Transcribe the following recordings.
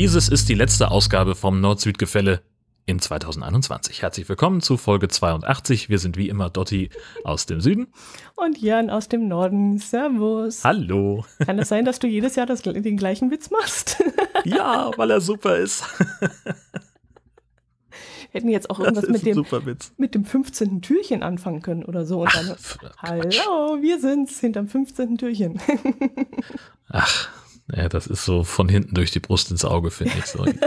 Dieses ist die letzte Ausgabe vom Nord-Süd-Gefälle in 2021. Herzlich willkommen zu Folge 82. Wir sind wie immer Dotti aus dem Süden. Und Jan aus dem Norden. Servus. Hallo. Kann es sein, dass du jedes Jahr den gleichen Witz machst? Ja, weil er super ist. Hätten jetzt auch irgendwas mit dem 15. Türchen anfangen können oder so. Und dann, hallo, wir sind's hinterm 15. Türchen. Ach, ja, das ist so von hinten durch die Brust ins Auge, finde ich. So.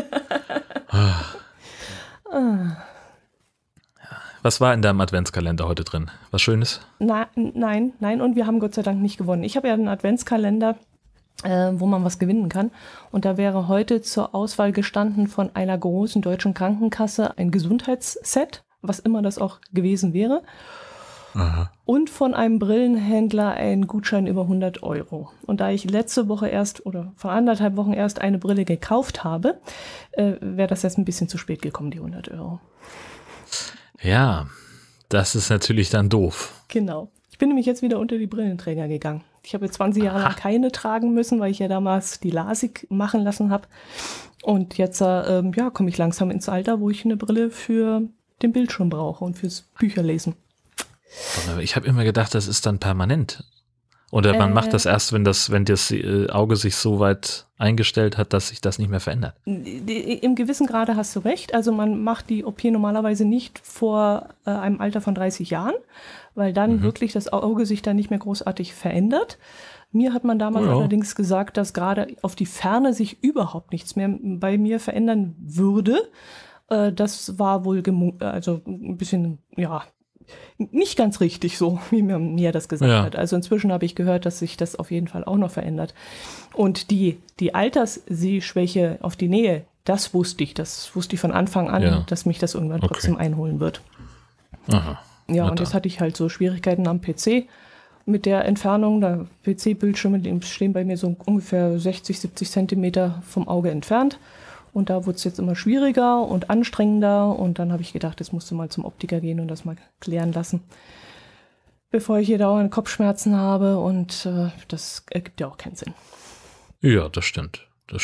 Was war in deinem Adventskalender heute drin? Was Schönes? Nein. Und wir haben Gott sei Dank nicht gewonnen. Ich habe ja einen Adventskalender, wo man was gewinnen kann. Und da wäre heute zur Auswahl gestanden von einer großen deutschen Krankenkasse ein Gesundheitsset, was immer das auch gewesen wäre. Aha. Und von einem Brillenhändler ein Gutschein über 100 Euro. Und da ich letzte Woche erst oder vor 1,5 Wochen erst eine Brille gekauft habe, wäre das jetzt ein bisschen zu spät gekommen, die 100 Euro. Ja, das ist natürlich dann doof. Genau. Ich bin nämlich jetzt wieder unter die Brillenträger gegangen. Ich habe jetzt 20 Jahre lang keine tragen müssen, weil ich ja damals die LASIK machen lassen habe. Und jetzt komme ich langsam ins Alter, wo ich eine Brille für den Bildschirm brauche und fürs Bücherlesen. Ich habe immer gedacht, das ist dann permanent. Oder man macht das erst, wenn das Auge sich so weit eingestellt hat, dass sich das nicht mehr verändert. Im gewissen Grade hast du recht. Also man macht die OP normalerweise nicht vor einem Alter von 30 Jahren, weil dann wirklich das Auge sich dann nicht mehr großartig verändert. Mir hat man damals allerdings gesagt, dass gerade auf die Ferne sich überhaupt nichts mehr bei mir verändern würde. Das war wohl also ein bisschen, nicht ganz richtig so, wie mir das gesagt hat. Also inzwischen habe ich gehört, dass sich das auf jeden Fall auch noch verändert. Und die Alterssehschwäche auf die Nähe, das wusste ich von Anfang an, dass mich das irgendwann trotzdem einholen wird. Aha. Ja, und jetzt hatte ich halt so Schwierigkeiten am PC mit der Entfernung. Der PC-Bildschirme stehen bei mir so ungefähr 60, 70 Zentimeter vom Auge entfernt. Und da wurde es jetzt immer schwieriger und anstrengender. Und dann habe ich gedacht, jetzt musst du mal zum Optiker gehen und das mal klären lassen, bevor ich hier dauernd Kopfschmerzen habe. Und das ergibt ja auch keinen Sinn. Ja, das stimmt.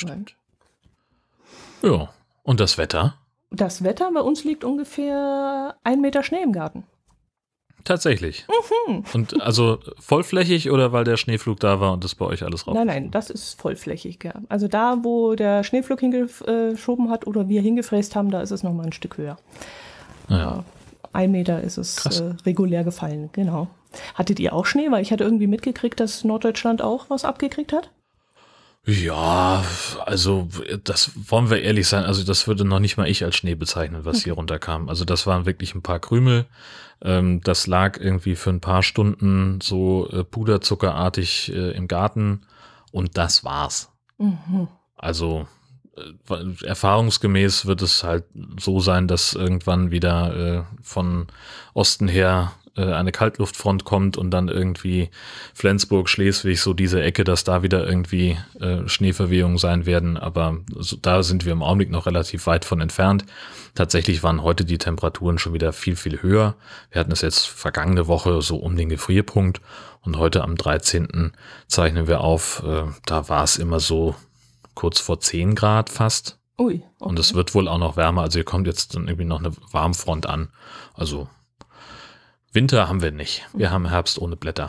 Ja, und das Wetter? Das Wetter bei uns liegt ungefähr 1 Meter Schnee im Garten. Tatsächlich. Und also vollflächig oder weil der Schneeflug da war und das bei euch alles rauf? Nein, das ist vollflächig. Ja. Also da, wo der Schneeflug hingeschoben hat oder wir hingefräst haben, da ist es nochmal ein Stück höher. Ja. 1 Meter ist es regulär gefallen, genau. Hattet ihr auch Schnee? Weil ich hatte irgendwie mitgekriegt, dass Norddeutschland auch was abgekriegt hat. Ja, also das wollen wir ehrlich sein, also das würde noch nicht mal ich als Schnee bezeichnen, was hier runterkam. Also das waren wirklich ein paar Krümel, das lag irgendwie für ein paar Stunden so puderzuckerartig im Garten und das war's. Also erfahrungsgemäß wird es halt so sein, dass irgendwann wieder von Osten her eine Kaltluftfront kommt und dann irgendwie Flensburg, Schleswig, so diese Ecke, dass da wieder irgendwie Schneeverwehungen sein werden. Aber da sind wir im Augenblick noch relativ weit von entfernt. Tatsächlich waren heute die Temperaturen schon wieder viel, viel höher. Wir hatten es jetzt vergangene Woche so um den Gefrierpunkt und heute am 13. zeichnen wir auf. Da war es immer so kurz vor 10 Grad fast. Ui, okay. Und es wird wohl auch noch wärmer. Also hier kommt jetzt dann irgendwie noch eine Warmfront an. Also Winter haben wir nicht. Wir haben Herbst ohne Blätter.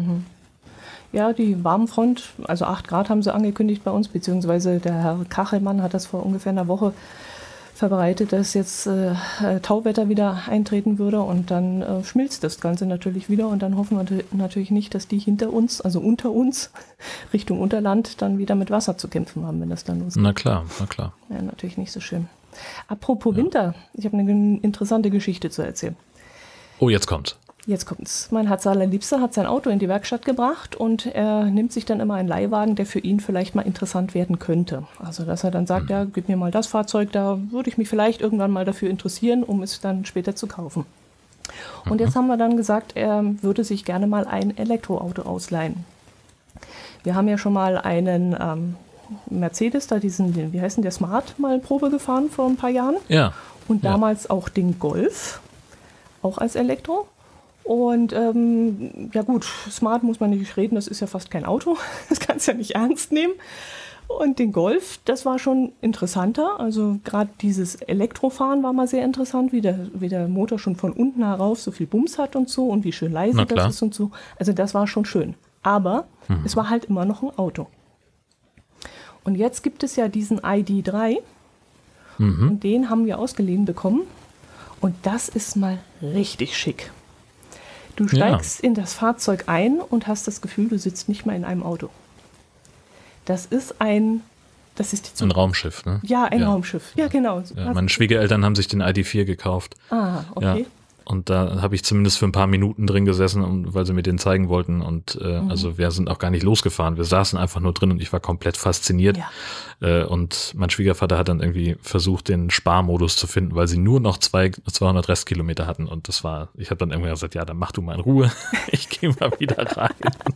Ja, die Warmfront, also 8 Grad haben sie angekündigt bei uns, beziehungsweise der Herr Kachelmann hat das vor ungefähr einer Woche verbreitet, dass jetzt Tauwetter wieder eintreten würde und dann schmilzt das Ganze natürlich wieder und dann hoffen wir natürlich nicht, dass die hinter uns, also unter uns, Richtung Unterland, dann wieder mit Wasser zu kämpfen haben, wenn das dann losgeht. Na klar. Ja, natürlich nicht so schön. Apropos Winter, ich habe eine interessante Geschichte zu erzählen. Oh, jetzt kommt's. Mein Herz allerliebster hat sein Auto in die Werkstatt gebracht und er nimmt sich dann immer einen Leihwagen, der für ihn vielleicht mal interessant werden könnte. Also dass er dann sagt, ja, gib mir mal das Fahrzeug, da würde ich mich vielleicht irgendwann mal dafür interessieren, um es dann später zu kaufen. Und jetzt haben wir dann gesagt, er würde sich gerne mal ein Elektroauto ausleihen. Wir haben ja schon mal einen Mercedes, da diesen, wie heißt denn der, Smart, mal Probe gefahren vor ein paar Jahren. Ja. Und damals auch den Golf, auch als Elektro. Und ja gut, Smart muss man nicht reden, das ist ja fast kein Auto, das kannst du ja nicht ernst nehmen. Und den Golf, das war schon interessanter. Also gerade dieses Elektrofahren war mal sehr interessant, wie der Motor schon von unten herauf so viel Bums hat und so und wie schön leise das ist und so. Also das war schon schön. Aber es war halt immer noch ein Auto. Und jetzt gibt es ja diesen ID.3 und den haben wir ausgeliehen bekommen. Und das ist mal richtig schick. Du steigst in das Fahrzeug ein und hast das Gefühl, du sitzt nicht mehr in einem Auto. Das ist ein Raumschiff, ne? Ja, ein Raumschiff. Ja, genau. Ja, meine Schwiegereltern haben sich den ID.4 gekauft. Ah, okay. Ja. Und da habe ich zumindest für ein paar Minuten drin gesessen, weil sie mir den zeigen wollten. Und also wir sind auch gar nicht losgefahren. Wir saßen einfach nur drin und ich war komplett fasziniert. Ja. Und mein Schwiegervater hat dann irgendwie versucht, den Sparmodus zu finden, weil sie nur noch 200 Restkilometer hatten. Und ich habe dann irgendwann gesagt, ja, dann mach du mal in Ruhe. Ich gehe mal wieder rein.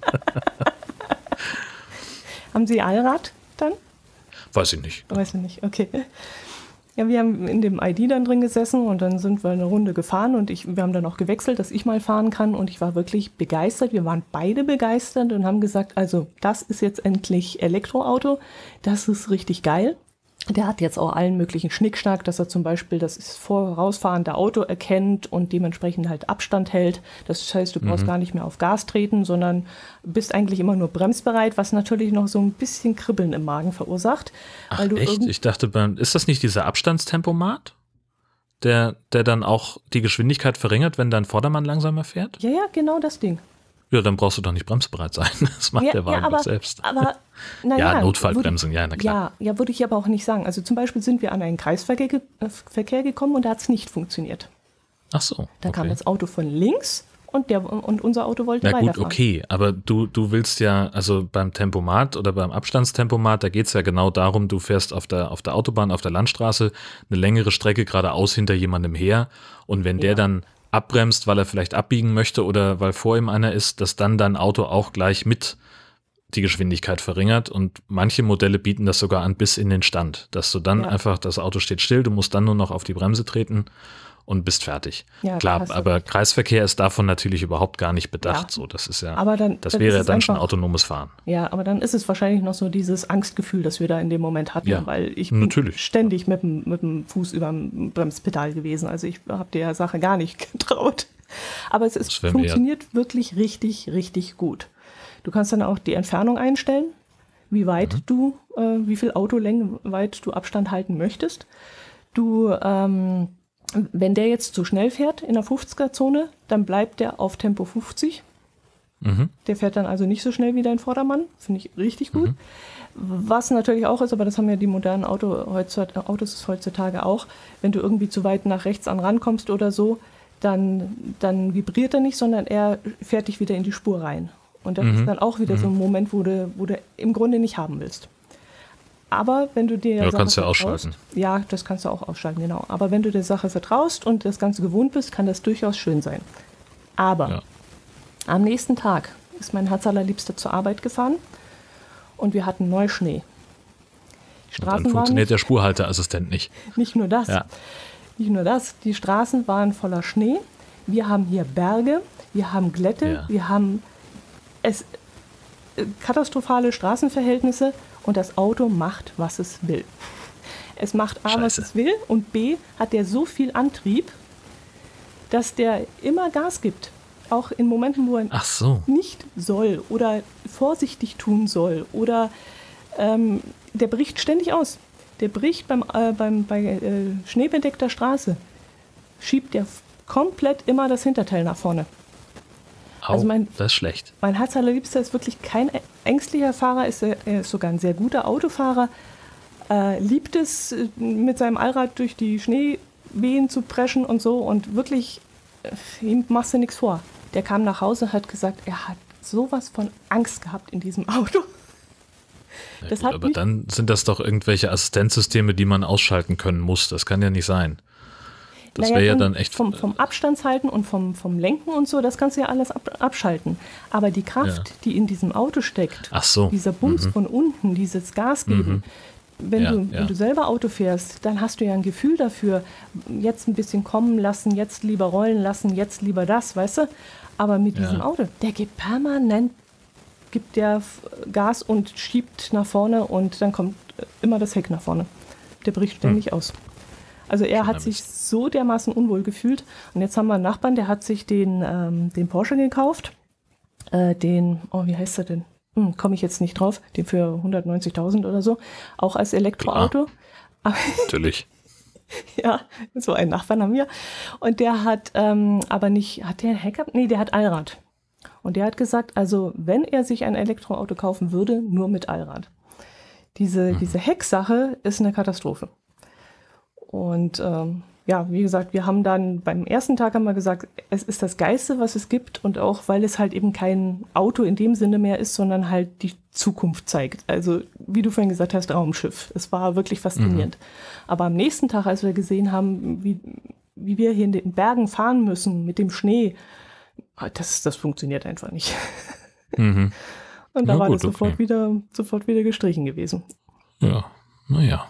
Haben Sie Allrad dann? Weiß ich nicht. Weiß ich nicht, okay. Ja, wir haben in dem ID dann drin gesessen und dann sind wir eine Runde gefahren und wir haben dann auch gewechselt, dass ich mal fahren kann und ich war wirklich begeistert. Wir waren beide begeistert und haben gesagt, also das ist jetzt endlich Elektroauto, das ist richtig geil. Der hat jetzt auch allen möglichen Schnickschnack, dass er zum Beispiel das vorausfahrende Auto erkennt und dementsprechend halt Abstand hält. Das heißt, du brauchst gar nicht mehr auf Gas treten, sondern bist eigentlich immer nur bremsbereit, was natürlich noch so ein bisschen Kribbeln im Magen verursacht. Ach, echt? Ich dachte, ist das nicht dieser Abstandstempomat, der dann auch die Geschwindigkeit verringert, wenn dein Vordermann langsamer fährt? Ja, genau das Ding. Ja, dann brauchst du doch nicht bremsbereit sein. Das macht der Wagen doch selbst. Aber, Notfallbremsung, na klar. Ja, würde ich aber auch nicht sagen. Also zum Beispiel sind wir an einen Kreisverkehr gekommen und da hat es nicht funktioniert. Ach so. Da kam das Auto von links und unser Auto wollte weiterfahren. Na gut, okay, aber du willst ja, also beim Tempomat oder beim Abstandstempomat, da geht es ja genau darum, du fährst auf der Autobahn, auf der Landstraße eine längere Strecke geradeaus hinter jemandem her und wenn der dann abbremst, weil er vielleicht abbiegen möchte oder weil vor ihm einer ist, dass dann dein Auto auch gleich mit die Geschwindigkeit verringert und manche Modelle bieten das sogar an bis in den Stand, dass du dann einfach, das Auto steht still, du musst dann nur noch auf die Bremse treten und bist fertig. Ja, klar, aber Kreisverkehr ist davon natürlich überhaupt gar nicht bedacht. Ja. So, das ist ja, das wäre dann schon autonomes Fahren. Ja, aber dann ist es wahrscheinlich noch so dieses Angstgefühl, das wir da in dem Moment hatten, weil ich bin ständig mit dem Fuß über dem Bremspedal gewesen. Also ich habe der Sache gar nicht getraut. Aber es funktioniert wirklich richtig, richtig gut. Du kannst dann auch die Entfernung einstellen, wie weit wie viel Autolänge weit du Abstand halten möchtest. Wenn der jetzt zu schnell fährt in der 50er-Zone, dann bleibt der auf Tempo 50. Der fährt dann also nicht so schnell wie dein Vordermann. Finde ich richtig gut. Was natürlich auch ist, aber das haben ja die modernen Autos heutzutage auch, wenn du irgendwie zu weit nach rechts rankommst oder so, dann vibriert er nicht, sondern er fährt dich wieder in die Spur rein. Und das ist dann auch wieder so ein Moment, wo du im Grunde nicht haben willst. Aber wenn du dir kannst du ja ausschalten. Ja, das kannst du auch ausschalten, genau. Aber wenn du der Sache vertraust und das Ganze gewohnt bist, kann das durchaus schön sein. Aber am nächsten Tag ist mein Herz allerliebster zur Arbeit gefahren und wir hatten Neuschnee. Dann funktioniert der Spurhalteassistent nicht. Nicht nur das. Ja. Nicht nur das. Die Straßen waren voller Schnee. Wir haben hier Berge, wir haben Glätte, wir haben katastrophale Straßenverhältnisse. Und das Auto macht, was es will. Es macht A, was es will und B, hat der so viel Antrieb, dass der immer Gas gibt. Auch in Momenten, wo er nicht soll oder vorsichtig tun soll. Oder der bricht ständig aus. Der bricht bei schneebedeckter Straße. Schiebt der komplett immer das Hinterteil nach vorne. Also das ist schlecht. Mein Herz allerliebster ist wirklich kein ängstlicher Fahrer, er ist sogar ein sehr guter Autofahrer, liebt es, mit seinem Allrad durch die Schneewehen zu preschen und so und wirklich, ihm machst du nichts vor. Der kam nach Hause und hat gesagt, er hat sowas von Angst gehabt in diesem Auto. Ja, gut, aber dann sind das doch irgendwelche Assistenzsysteme, die man ausschalten können muss. Das kann ja nicht sein. Das wäre ja dann echt... Vom Abstandshalten und vom Lenken und so, das kannst du ja alles abschalten. Aber die Kraft, die in diesem Auto steckt, dieser Bums von unten, dieses Gas geben, wenn du selber Auto fährst, dann hast du ja ein Gefühl dafür, jetzt ein bisschen kommen lassen, jetzt lieber rollen lassen, jetzt lieber das, weißt du? Aber mit diesem Auto, der geht permanent gibt der Gas und schiebt nach vorne und dann kommt immer das Heck nach vorne. Der bricht ständig aus. Also er hat sich so dermaßen unwohl gefühlt. Und jetzt haben wir einen Nachbarn, der hat sich den Porsche gekauft. Wie heißt er denn? Komme ich jetzt nicht drauf. Den für 190.000 oder so. Auch als Elektroauto. Natürlich. Ja, so einen Nachbarn haben wir. Und der hat aber nicht, hat der ein Heck? Nee, der hat Allrad. Und der hat gesagt, also wenn er sich ein Elektroauto kaufen würde, nur mit Allrad. Diese Hecksache ist eine Katastrophe. Und wie gesagt, wir haben dann beim ersten Tag haben wir gesagt, es ist das Geilste, was es gibt. Und auch, weil es halt eben kein Auto in dem Sinne mehr ist, sondern halt die Zukunft zeigt. Also, wie du vorhin gesagt hast, Raumschiff. Es war wirklich faszinierend. Aber am nächsten Tag, als wir gesehen haben, wie wir hier in den Bergen fahren müssen mit dem Schnee, das funktioniert einfach nicht. Und da war das sofort wieder gestrichen gewesen. Ja, naja.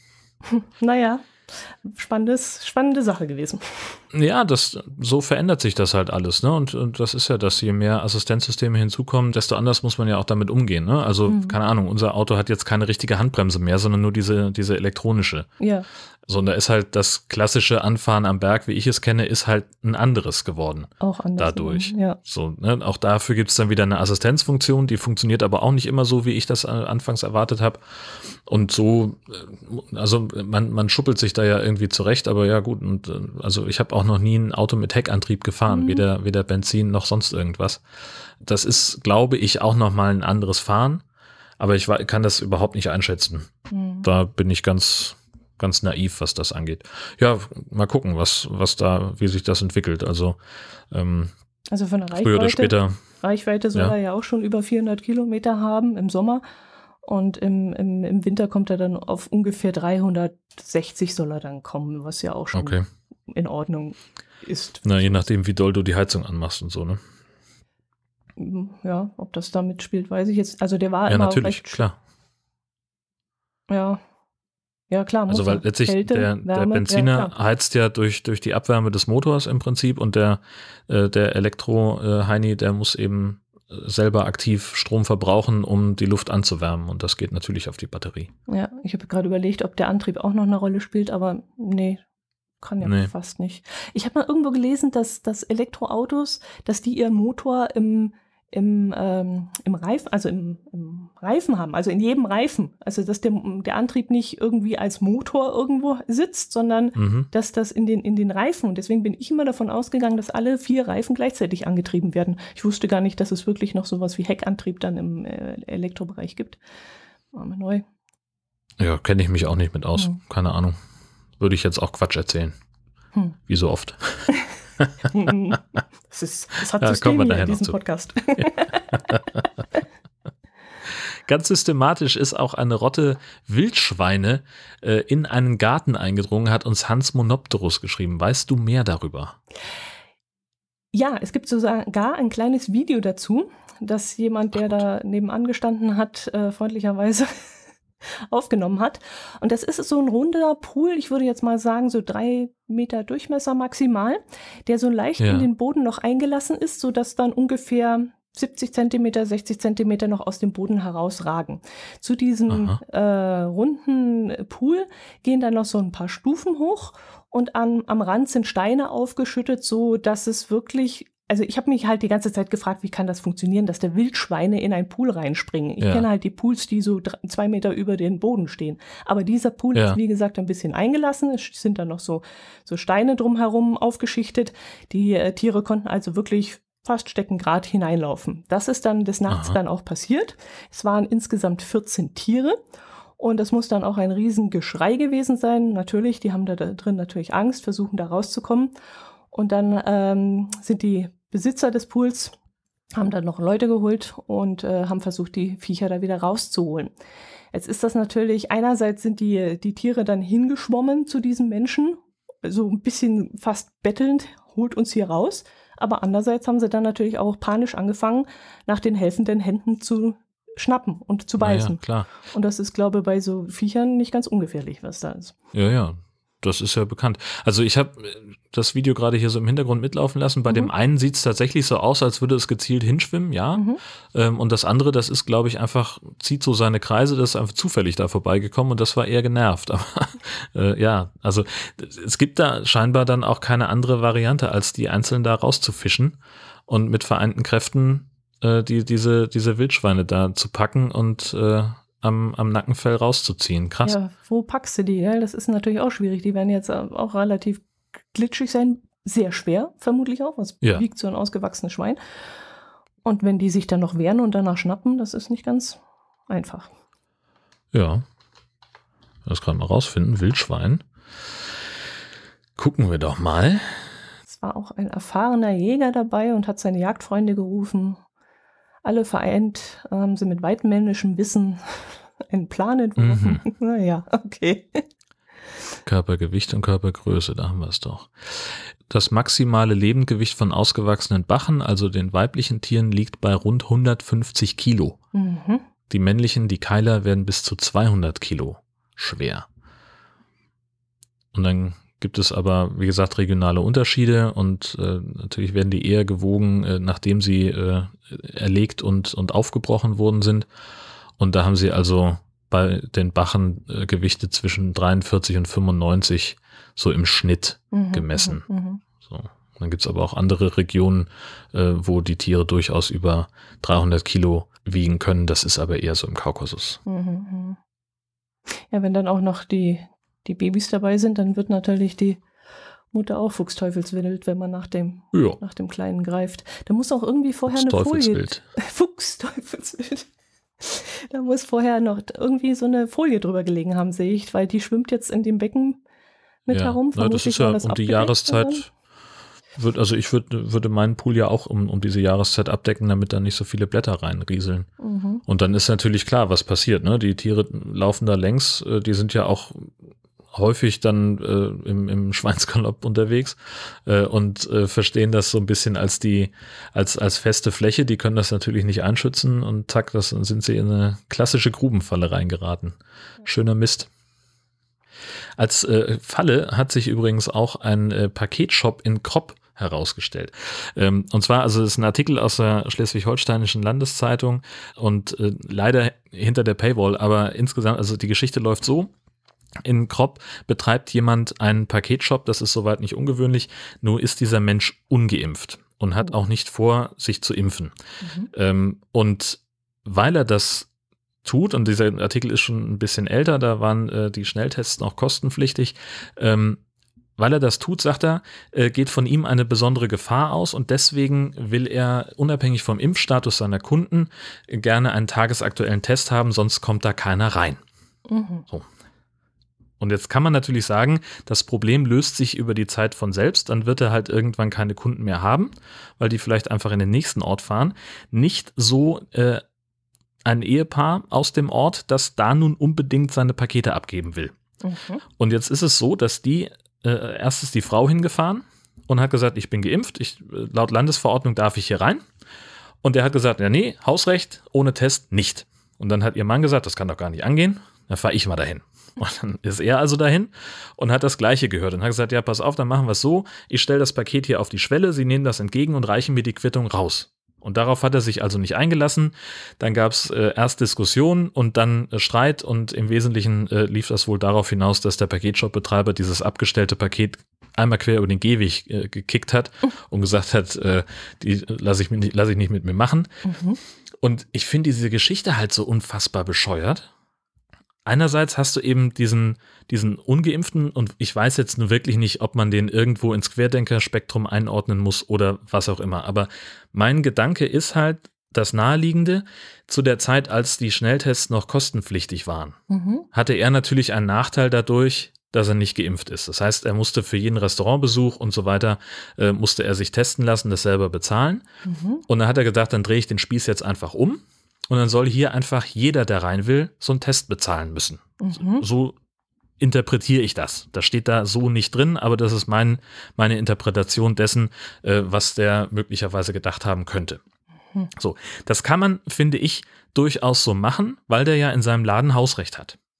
Naja, spannende Sache gewesen. Ja, so verändert sich das halt alles, ne? Und das ist ja, dass je mehr Assistenzsysteme hinzukommen, desto anders muss man ja auch damit umgehen, ne? Also, keine Ahnung, unser Auto hat jetzt keine richtige Handbremse mehr, sondern nur diese elektronische. Ja. So, und da ist halt das klassische Anfahren am Berg, wie ich es kenne, ist halt ein anderes geworden. Auch anders. Dadurch. Ja. So, ne? Auch dafür gibt es dann wieder eine Assistenzfunktion, die funktioniert aber auch nicht immer so, wie ich das anfangs erwartet habe. Und so, also man schuppelt sich da ja irgendwie zurecht, aber ja gut, und also ich habe auch noch nie ein Auto mit Heckantrieb gefahren, weder Benzin noch sonst irgendwas. Das ist, glaube ich, auch nochmal ein anderes Fahren, aber ich kann das überhaupt nicht einschätzen. Da bin ich ganz naiv, was das angeht. Ja, mal gucken, wie sich das entwickelt. Also von der früher oder später. Reichweite soll er ja auch schon über 400 Kilometer haben im Sommer. Und im Winter kommt er dann auf ungefähr 360 soll er dann kommen, was ja auch schon in Ordnung ist. Na, je nachdem, wie doll du die Heizung anmachst und so, ne? Ja, ob das da mitspielt, weiß ich jetzt. Also der war ja, immer natürlich, recht, klar. Ja, klar. Also weil letztlich Kälte, der Benziner heizt ja durch die Abwärme des Motors im Prinzip und der Elektro-Heini, der muss eben selber aktiv Strom verbrauchen, um die Luft anzuwärmen und das geht natürlich auf die Batterie. Ja, ich habe gerade überlegt, ob der Antrieb auch noch eine Rolle spielt, aber nee, kann ja fast nicht. Ich habe mal irgendwo gelesen, dass Elektroautos, dass die ihren Motor im Reifen, also im Reifen haben, also in jedem Reifen. Also dass der Antrieb nicht irgendwie als Motor irgendwo sitzt, sondern dass das in den Reifen. Und deswegen bin ich immer davon ausgegangen, dass alle 4 Reifen gleichzeitig angetrieben werden. Ich wusste gar nicht, dass es wirklich noch sowas wie Heckantrieb dann im Elektrobereich gibt. War mir neu. Ja, kenne ich mich auch nicht mit aus. Keine Ahnung. Würde ich jetzt auch Quatsch erzählen. Wie so oft. Das hat System hier in diesem Podcast. Ganz systematisch ist auch eine Rotte Wildschweine in einen Garten eingedrungen, hat uns Hans Monopterus geschrieben. Weißt du mehr darüber? Ja, es gibt sogar ein kleines Video dazu, das jemand, der da nebenan gestanden hat, freundlicherweise aufgenommen hat. Und das ist so ein runder Pool, ich würde jetzt mal sagen, so 3 Meter Durchmesser maximal, der so leicht in den Boden noch eingelassen ist, sodass dann ungefähr 70 Zentimeter, 60 Zentimeter noch aus dem Boden herausragen. Zu diesem runden Pool gehen dann noch so ein paar Stufen hoch und am Rand sind Steine aufgeschüttet, so dass es wirklich. Also ich habe mich halt die ganze Zeit gefragt, wie kann das funktionieren, dass da Wildschweine in einen Pool reinspringen. Ich kenne halt die Pools, die so 2 Meter über den Boden stehen. Aber dieser Pool ist, wie gesagt, ein bisschen eingelassen. Es sind da noch so Steine drumherum aufgeschichtet. Die Tiere konnten also wirklich fast steckengrad hineinlaufen. Das ist dann des Nachts dann auch passiert. Es waren insgesamt 14 Tiere. Und das muss dann auch ein Riesengeschrei gewesen sein. Natürlich, die haben da drin natürlich Angst, versuchen da rauszukommen. Und dann sind die Besitzer des Pools, haben dann noch Leute geholt und haben versucht, die Viecher da wieder rauszuholen. Jetzt ist das natürlich, einerseits sind die Tiere dann hingeschwommen zu diesem Menschen, so ein bisschen fast bettelnd, holt uns hier raus. Aber andererseits haben sie dann natürlich auch panisch angefangen, nach den helfenden Händen zu schnappen und zu beißen. Ja, klar. Und das ist, glaube ich, bei so Viechern nicht ganz ungefährlich, was da ist. Ja, das ist ja bekannt. Also ich habe das Video gerade hier so im Hintergrund mitlaufen lassen. Bei dem einen sieht es tatsächlich so aus, als würde es gezielt hinschwimmen, ja. Und das andere, das ist, glaube ich, einfach, zieht so seine Kreise, das ist einfach zufällig da vorbeigekommen und das war eher genervt. Aber ja, also es gibt da scheinbar dann auch keine andere Variante, als die einzeln da rauszufischen und mit vereinten Kräften diese Wildschweine da zu packen und am Nackenfell rauszuziehen. Krass. Ja, wo packst du die? Ja, das ist natürlich auch schwierig. Die werden jetzt auch relativ glitschig sein. Sehr schwer, vermutlich auch. Was wiegt so ein ausgewachsenes Schwein? Und wenn die sich dann noch wehren und danach schnappen, das ist nicht ganz einfach. Ja. Das gerade mal rausfinden. Wildschwein. Gucken wir doch mal. Es war auch ein erfahrener Jäger dabei und hat seine Jagdfreunde gerufen. Alle vereint haben sie mit weitmännischem Wissen einen Plan entworfen. Naja, okay. Körpergewicht und Körpergröße, da haben wir es doch. Das maximale Lebendgewicht von ausgewachsenen Bachen, also den weiblichen Tieren, liegt bei rund 150 Kilo. Die männlichen, die Keiler, werden bis zu 200 Kilo schwer. Und dann gibt es aber, wie gesagt, regionale Unterschiede und natürlich werden die eher gewogen, nachdem sie erlegt und aufgebrochen worden sind. Und da haben sie also bei den Bachen Gewichte zwischen 43 und 95 so im Schnitt gemessen. So. Dann gibt es aber auch andere Regionen, wo die Tiere durchaus über 300 Kilo wiegen können. Das ist aber eher so im Kaukasus. Ja, wenn dann auch noch die Babys dabei sind, dann wird natürlich die Mutter auch fuchsteufelswild, wenn man nach dem Kleinen greift. Da muss auch irgendwie vorher eine Folie. Fuchsteufelswild. Da muss vorher noch irgendwie so eine Folie drüber gelegen haben, sehe ich, weil die schwimmt jetzt in dem Becken mit herum. Das ist ja um die Jahreszeit. Ich würde meinen Pool ja auch um diese Jahreszeit abdecken, damit da nicht so viele Blätter reinrieseln. Und dann ist natürlich klar, was passiert. Ne? Die Tiere laufen da längs, die sind ja auch häufig dann im Schweinsgalopp unterwegs und verstehen das so ein bisschen als feste Fläche. Die können das natürlich nicht einschützen und zack, sind sie in eine klassische Grubenfalle reingeraten. Schöner Mist. Als Falle hat sich übrigens auch ein Paketshop in Kropp herausgestellt. Und zwar, also das ist ein Artikel aus der Schleswig-Holsteinischen Landeszeitung und leider hinter der Paywall, aber insgesamt, also die Geschichte läuft so: In Kropp betreibt jemand einen Paketshop, das ist soweit nicht ungewöhnlich, nur ist dieser Mensch ungeimpft und hat auch nicht vor, sich zu impfen. Und weil er das tut, und dieser Artikel ist schon ein bisschen älter, da waren die Schnelltests noch kostenpflichtig, weil er das tut, sagt er, geht von ihm eine besondere Gefahr aus und deswegen will er unabhängig vom Impfstatus seiner Kunden gerne einen tagesaktuellen Test haben, sonst kommt da keiner rein. So. Und jetzt kann man natürlich sagen, das Problem löst sich über die Zeit von selbst, dann wird er halt irgendwann keine Kunden mehr haben, weil die vielleicht einfach in den nächsten Ort fahren. Nicht so ein Ehepaar aus dem Ort, das da nun unbedingt seine Pakete abgeben will. Und jetzt ist es so, dass erst ist die Frau hingefahren und hat gesagt, ich bin geimpft, laut Landesverordnung darf ich hier rein. Und der hat gesagt, ja nee, Hausrecht, ohne Test nicht. Und dann hat ihr Mann gesagt, das kann doch gar nicht angehen, dann fahre ich mal dahin. Und dann ist er also dahin und hat das Gleiche gehört und hat gesagt, ja pass auf, dann machen wir es so, ich stelle das Paket hier auf die Schwelle, Sie nehmen das entgegen und reichen mir die Quittung raus. Und darauf hat er sich also nicht eingelassen. Dann gab es erst Diskussionen und dann Streit und im Wesentlichen lief das wohl darauf hinaus, dass der Paketshop-Betreiber dieses abgestellte Paket einmal quer über den Gehweg gekickt hat und gesagt hat, die lasse ich nicht mit mir machen. Und ich finde diese Geschichte halt so unfassbar bescheuert. Einerseits hast du eben diesen Ungeimpften und ich weiß jetzt nur wirklich nicht, ob man den irgendwo ins Querdenkerspektrum einordnen muss oder was auch immer. Aber mein Gedanke ist halt das Naheliegende. Zu der Zeit, als die Schnelltests noch kostenpflichtig waren, hatte er natürlich einen Nachteil dadurch, dass er nicht geimpft ist. Das heißt, er musste für jeden Restaurantbesuch und so weiter, musste er sich testen lassen, das selber bezahlen. Und dann hat er gedacht, dann drehe ich den Spieß jetzt einfach um. Und dann soll hier einfach jeder, der rein will, so einen Test bezahlen müssen. So interpretiere ich das. Das steht da so nicht drin, aber das ist meine Interpretation dessen, was der möglicherweise gedacht haben könnte. So, das kann man, finde ich, durchaus so machen, weil der ja in seinem Laden Hausrecht hat.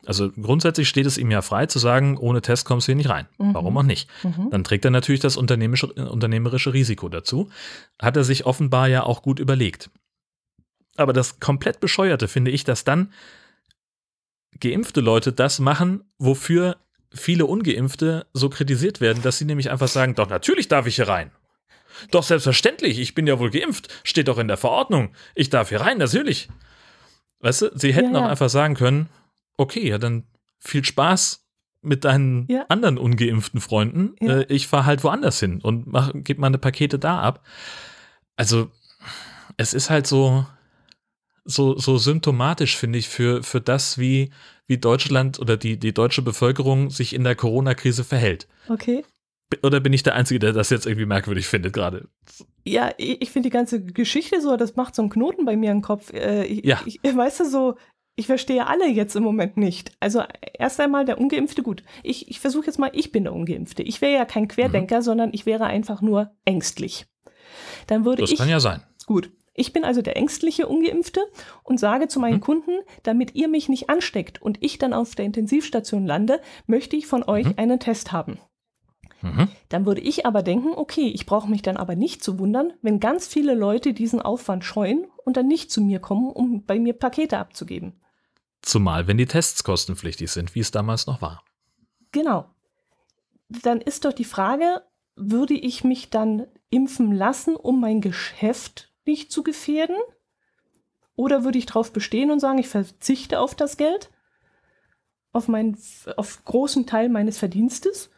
Also grundsätzlich steht es ihm ja frei zu sagen, ohne Test kommst du hier nicht rein. Warum auch nicht? Dann trägt er natürlich das unternehmerische Risiko dazu. Hat er sich offenbar ja auch gut überlegt. Aber das komplett Bescheuerte finde ich, dass dann geimpfte Leute das machen, wofür viele Ungeimpfte so kritisiert werden, dass sie nämlich einfach sagen, doch natürlich darf ich hier rein. Doch selbstverständlich, ich bin ja wohl geimpft, steht doch in der Verordnung, ich darf hier rein, natürlich. Weißt du, sie hätten auch einfach sagen können, okay, ja dann viel Spaß mit deinen anderen ungeimpften Freunden, ich fahre halt woanders hin und gebe meine Pakete da ab. Also es ist halt so symptomatisch, finde ich, für das, wie Deutschland oder die deutsche Bevölkerung sich in der Corona-Krise verhält. Okay. Oder bin ich der Einzige, der das jetzt irgendwie merkwürdig findet gerade? Ja, ich finde die ganze Geschichte so, das macht so einen Knoten bei mir im Kopf. Weißt du, so, ich verstehe alle jetzt im Moment nicht. Also erst einmal der Ungeimpfte, gut. Ich versuche jetzt mal, ich bin der Ungeimpfte. Ich wäre ja kein Querdenker, sondern ich wäre einfach nur ängstlich. Dann würde das kann ja sein. Gut. Ich bin also der ängstliche Ungeimpfte und sage zu meinen Kunden, damit ihr mich nicht ansteckt und ich dann auf der Intensivstation lande, möchte ich von euch einen Test haben. Dann würde ich aber denken, okay, ich brauche mich dann aber nicht zu wundern, wenn ganz viele Leute diesen Aufwand scheuen und dann nicht zu mir kommen, um bei mir Pakete abzugeben. Zumal, wenn die Tests kostenpflichtig sind, wie es damals noch war. Genau. Dann ist doch die Frage, würde ich mich dann impfen lassen, um mein Geschäft nicht zu gefährden? Oder würde ich darauf bestehen und sagen, ich verzichte auf das Geld, auf großen Teil meines Verdienstes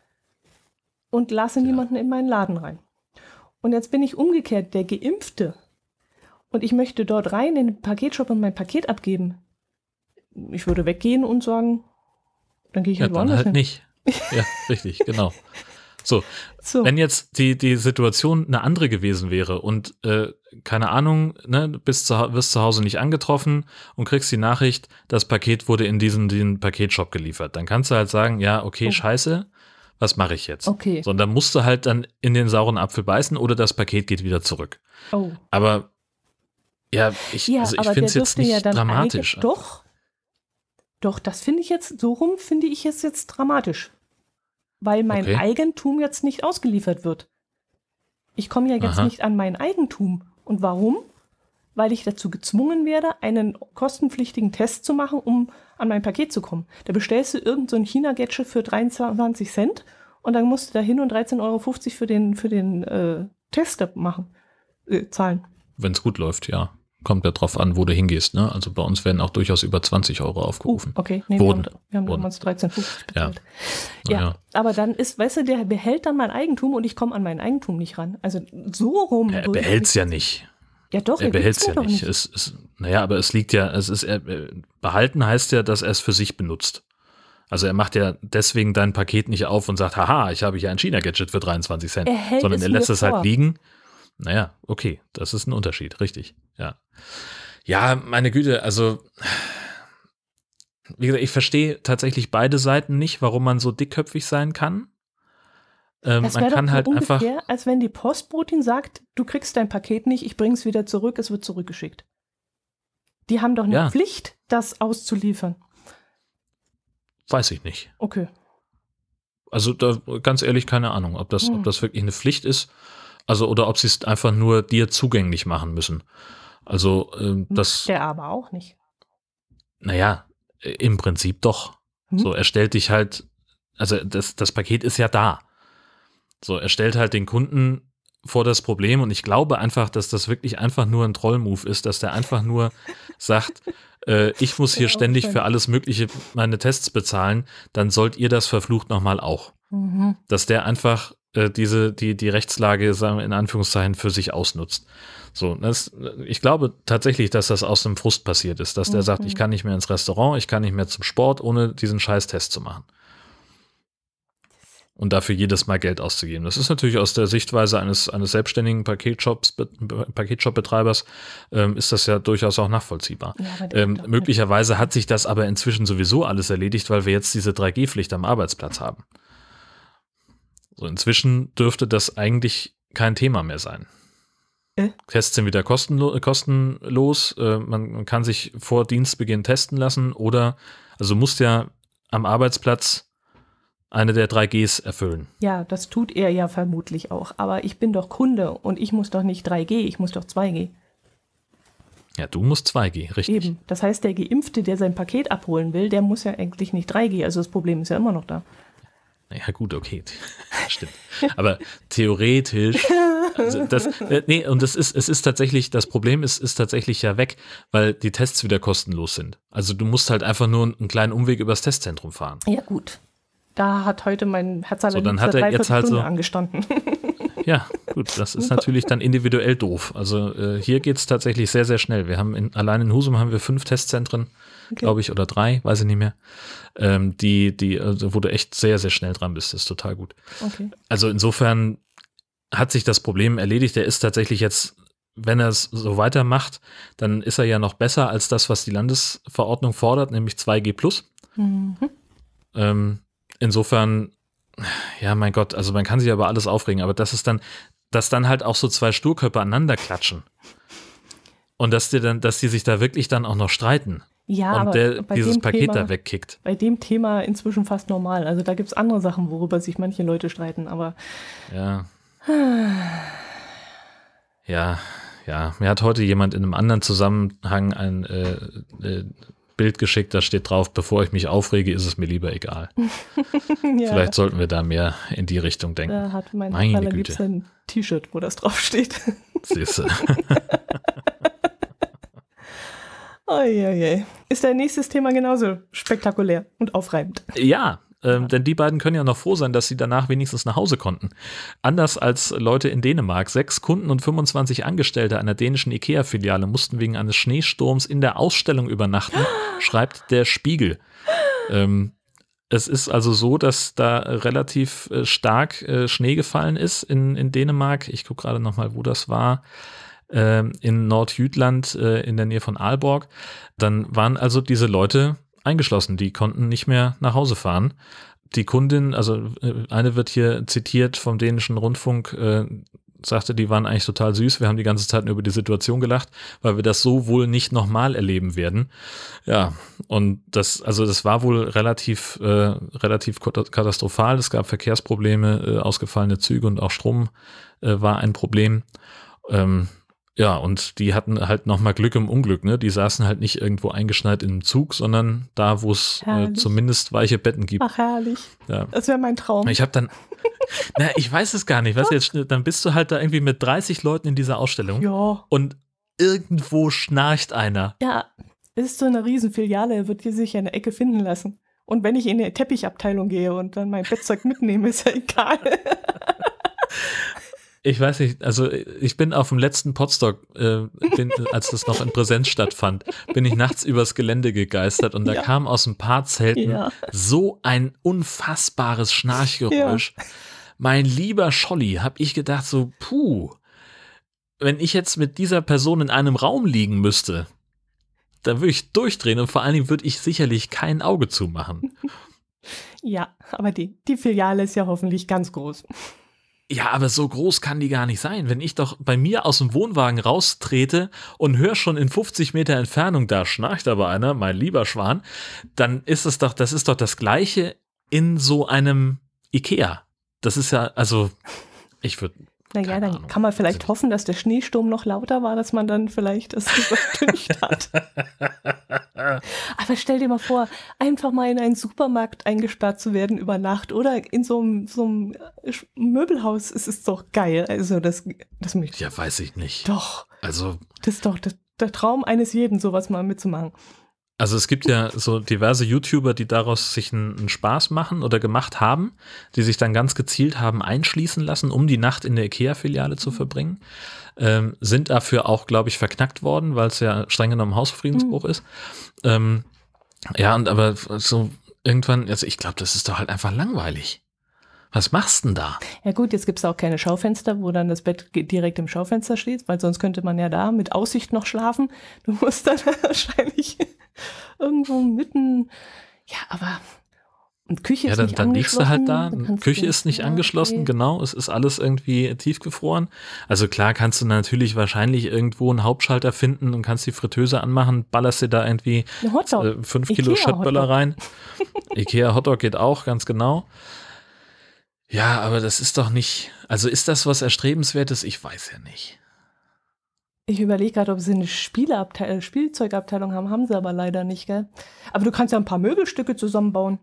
und lasse niemanden in meinen Laden rein? Und jetzt bin ich umgekehrt der Geimpfte und ich möchte dort rein in den Paketshop und mein Paket abgeben. Ich würde weggehen und sagen, dann gehe ich halt woanders hin. Nicht. Ja, richtig, genau. So, wenn jetzt die Situation eine andere gewesen wäre und keine Ahnung, ne, wirst zu Hause nicht angetroffen und kriegst die Nachricht, das Paket wurde in den Paketshop geliefert, dann kannst du halt sagen, ja, okay, scheiße, was mache ich jetzt? Okay. So, und dann musst du halt dann in den sauren Apfel beißen oder das Paket geht wieder zurück. Oh. Aber ich finde es jetzt nicht dramatisch. Doch, das finde ich jetzt, so rum finde ich es jetzt dramatisch. Weil mein Eigentum jetzt nicht ausgeliefert wird. Ich komme ja jetzt nicht an mein Eigentum. Und warum? Weil ich dazu gezwungen werde, einen kostenpflichtigen Test zu machen, um an mein Paket zu kommen. Da bestellst du irgend so ein China-Gadget für 23 Cent und dann musst du da hin und 13,50 € für den Test zahlen. Wenn es gut läuft, ja. Kommt ja drauf an, wo du hingehst. Ne? Also bei uns werden auch durchaus über 20 € aufgerufen. Okay, nee, wir haben damals 13,50 bezahlt. Ja, aber dann ist, weißt du, der behält dann mein Eigentum und ich komme an mein Eigentum nicht ran. Also so rum. Er behält es ja nicht. Ja doch, er behält es ja nicht. Aber es liegt ja, behalten heißt ja, dass er es für sich benutzt. Also er macht ja deswegen dein Paket nicht auf und sagt, haha, ich habe hier ein China-Gadget für 23 Cent. Sondern er lässt es halt liegen. Naja, okay, das ist ein Unterschied, richtig, ja. Ja, meine Güte, also, wie gesagt, ich verstehe tatsächlich beide Seiten nicht, warum man so dickköpfig sein kann. Das man kann doch halt ungefähr, einfach, als wenn die Postbotin sagt, du kriegst dein Paket nicht, ich bring's wieder zurück, es wird zurückgeschickt. Die haben doch eine Pflicht, das auszuliefern. Weiß ich nicht. Okay. Also da, ganz ehrlich, keine Ahnung, ob das wirklich eine Pflicht ist. Also, oder ob sie es einfach nur dir zugänglich machen müssen. Also, das. Der aber auch nicht. Naja, im Prinzip doch. So, er stellt dich halt, also das Paket ist ja da. So, er stellt halt den Kunden vor das Problem und ich glaube einfach, dass das wirklich einfach nur ein Troll-Move ist, dass der einfach nur sagt, ich muss hier ständig für alles Mögliche meine Tests bezahlen, dann sollt ihr das verflucht nochmal auch. Dass der einfach die Rechtslage, sagen wir in Anführungszeichen, für sich ausnutzt. So, ich glaube tatsächlich, dass das aus einem Frust passiert ist, dass der sagt, ich kann nicht mehr ins Restaurant, ich kann nicht mehr zum Sport, ohne diesen Scheiß-Test zu machen. Und dafür jedes Mal Geld auszugeben. Das ist natürlich aus der Sichtweise eines selbstständigen Paketshop-Betreibers ist das ja durchaus auch nachvollziehbar. Ja, möglicherweise hat sich das aber inzwischen sowieso alles erledigt, weil wir jetzt diese 3G-Pflicht am Arbeitsplatz haben. So, inzwischen dürfte das eigentlich kein Thema mehr sein. Tests sind wieder kostenlos. Man kann sich vor Dienstbeginn testen lassen oder, also du musst ja am Arbeitsplatz eine der 3Gs erfüllen. Ja, das tut er ja vermutlich auch. Aber ich bin doch Kunde und ich muss doch nicht 3G, ich muss doch 2G. Ja, du musst 2G, richtig. Eben. Das heißt, der Geimpfte, der sein Paket abholen will, der muss ja eigentlich nicht 3G. Also das Problem ist ja immer noch da. Ja gut, okay, stimmt. Aber theoretisch, also es ist tatsächlich, das Problem ist tatsächlich ja weg, weil die Tests wieder kostenlos sind. Also du musst halt einfach nur einen kleinen Umweg übers Testzentrum fahren. Ja gut, da hat heute mein Herzallerliebster so, dreiviertel Stunde angestanden. Ja, gut, das ist natürlich dann individuell doof. Also hier geht es tatsächlich sehr, sehr schnell. Wir haben allein in Husum haben wir 5 Testzentren, glaube ich, oder 3, weiß ich nicht mehr, wo du echt sehr, sehr schnell dran bist. Das ist total gut. Okay. Also insofern hat sich das Problem erledigt. Er ist tatsächlich jetzt, wenn er es so weitermacht, dann ist er ja noch besser als das, was die Landesverordnung fordert, nämlich 2G+. Mhm. Insofern, ja, mein Gott, also man kann sich aber alles aufregen, aber dass dann halt auch so 2 Sturköpfe aneinander klatschen und dass die sich da wirklich dann auch noch streiten. Ja, und der dieses Paket da wegkickt. Bei dem Thema inzwischen fast normal. Also da gibt es andere Sachen, worüber sich manche Leute streiten, aber ja. Mir hat heute jemand in einem anderen Zusammenhang ein Bild geschickt, da steht drauf, bevor ich mich aufrege, ist es mir lieber egal. Ja. Vielleicht sollten wir da mehr in die Richtung denken. Da hat mein allerliebster ein T-Shirt, wo das draufsteht. Siehst du. Oje. Ist dein nächstes Thema genauso spektakulär und aufreibend? Ja, denn die beiden können ja noch froh sein, dass sie danach wenigstens nach Hause konnten. Anders als Leute in Dänemark. 6 Kunden und 25 Angestellte einer dänischen IKEA-Filiale mussten wegen eines Schneesturms in der Ausstellung übernachten, schreibt der Spiegel. Es ist also so, dass da relativ stark Schnee gefallen ist in Dänemark. Ich gucke gerade nochmal, wo das war. In Nordjütland in der Nähe von Aalborg. Dann waren also diese Leute eingeschlossen, die konnten nicht mehr nach Hause fahren. Die Kundin, also eine wird hier zitiert vom dänischen Rundfunk, sagte, die waren eigentlich total süß, wir haben die ganze Zeit nur über die Situation gelacht, weil wir das so wohl nicht nochmal erleben werden. Ja, und das war wohl relativ katastrophal, es gab Verkehrsprobleme, ausgefallene Züge und auch Strom war ein Problem. Ja, und die hatten halt nochmal Glück im Unglück, ne? Die saßen halt nicht irgendwo eingeschneit im Zug, sondern da, wo es zumindest weiche Betten gibt. Ach, herrlich. Ja. Das wäre mein Traum. Ich habe dann, ich weiß es gar nicht, was jetzt, dann bist du halt da irgendwie mit 30 Leuten in dieser Ausstellung. Ja. Und irgendwo schnarcht einer. Ja, es ist so eine Riesenfiliale, er wird hier sich eine Ecke finden lassen. Und wenn ich in die Teppichabteilung gehe und dann mein Bettzeug mitnehme, ist ja egal. Ich weiß nicht, also ich bin auf dem letzten Podstock, als das noch in Präsenz stattfand, bin ich nachts übers Gelände gegeistert und da kam aus ein paar Zelten so ein unfassbares Schnarchgeräusch. Ja. Mein lieber Scholli, hab ich gedacht so, wenn ich jetzt mit dieser Person in einem Raum liegen müsste, dann würde ich durchdrehen und vor allen Dingen würde ich sicherlich kein Auge zumachen. Ja, aber die Filiale ist ja hoffentlich ganz groß. Ja, aber so groß kann die gar nicht sein. Wenn ich doch bei mir aus dem Wohnwagen raustrete und höre schon in 50 Meter Entfernung, da schnarcht aber einer, mein lieber Schwan, dann ist das ist doch das Gleiche in so einem Ikea. Das ist ja, also, ich würde. Naja, dann kann man vielleicht hoffen, dass der Schneesturm noch lauter war, dass man dann vielleicht das übertüncht hat. Aber stell dir mal vor, einfach mal in einen Supermarkt eingesperrt zu werden über Nacht oder in so einem Möbelhaus, es ist doch geil. Also das möchte ich. Ja, weiß ich nicht. Doch. Also. Das ist doch der Traum eines jeden, sowas mal mitzumachen. Also es gibt ja so diverse YouTuber, die daraus sich einen Spaß machen oder gemacht haben, die sich dann ganz gezielt haben einschließen lassen, um die Nacht in der IKEA-Filiale zu verbringen. Sind dafür auch, glaube ich, verknackt worden, weil es ja streng genommen Hausfriedensbruch ist. Aber so irgendwann, also ich glaube, das ist doch halt einfach langweilig. Was machst du denn da? Ja gut, jetzt gibt es auch keine Schaufenster, wo dann das Bett direkt im Schaufenster steht, weil sonst könnte man ja da mit Aussicht noch schlafen. Du musst dann wahrscheinlich irgendwo mitten, ja, aber Und Küche ist nicht dann liegst du halt da, angeschlossen. Küche ist nicht angeschlossen, okay. genau, es ist alles irgendwie tiefgefroren. Also klar kannst du natürlich wahrscheinlich irgendwo einen Hauptschalter finden und kannst die Fritteuse anmachen, ballerst dir da irgendwie Eine Hotdog. 5 Kilo Schöttböller rein. Ikea Hotdog geht auch, ganz genau. Ja, aber das ist doch nicht, also ist das was Erstrebenswertes? Ich weiß ja nicht. Ich überlege gerade, ob sie eine Spielzeugabteilung haben. Haben sie aber leider nicht, gell? Aber du kannst ja ein paar Möbelstücke zusammenbauen.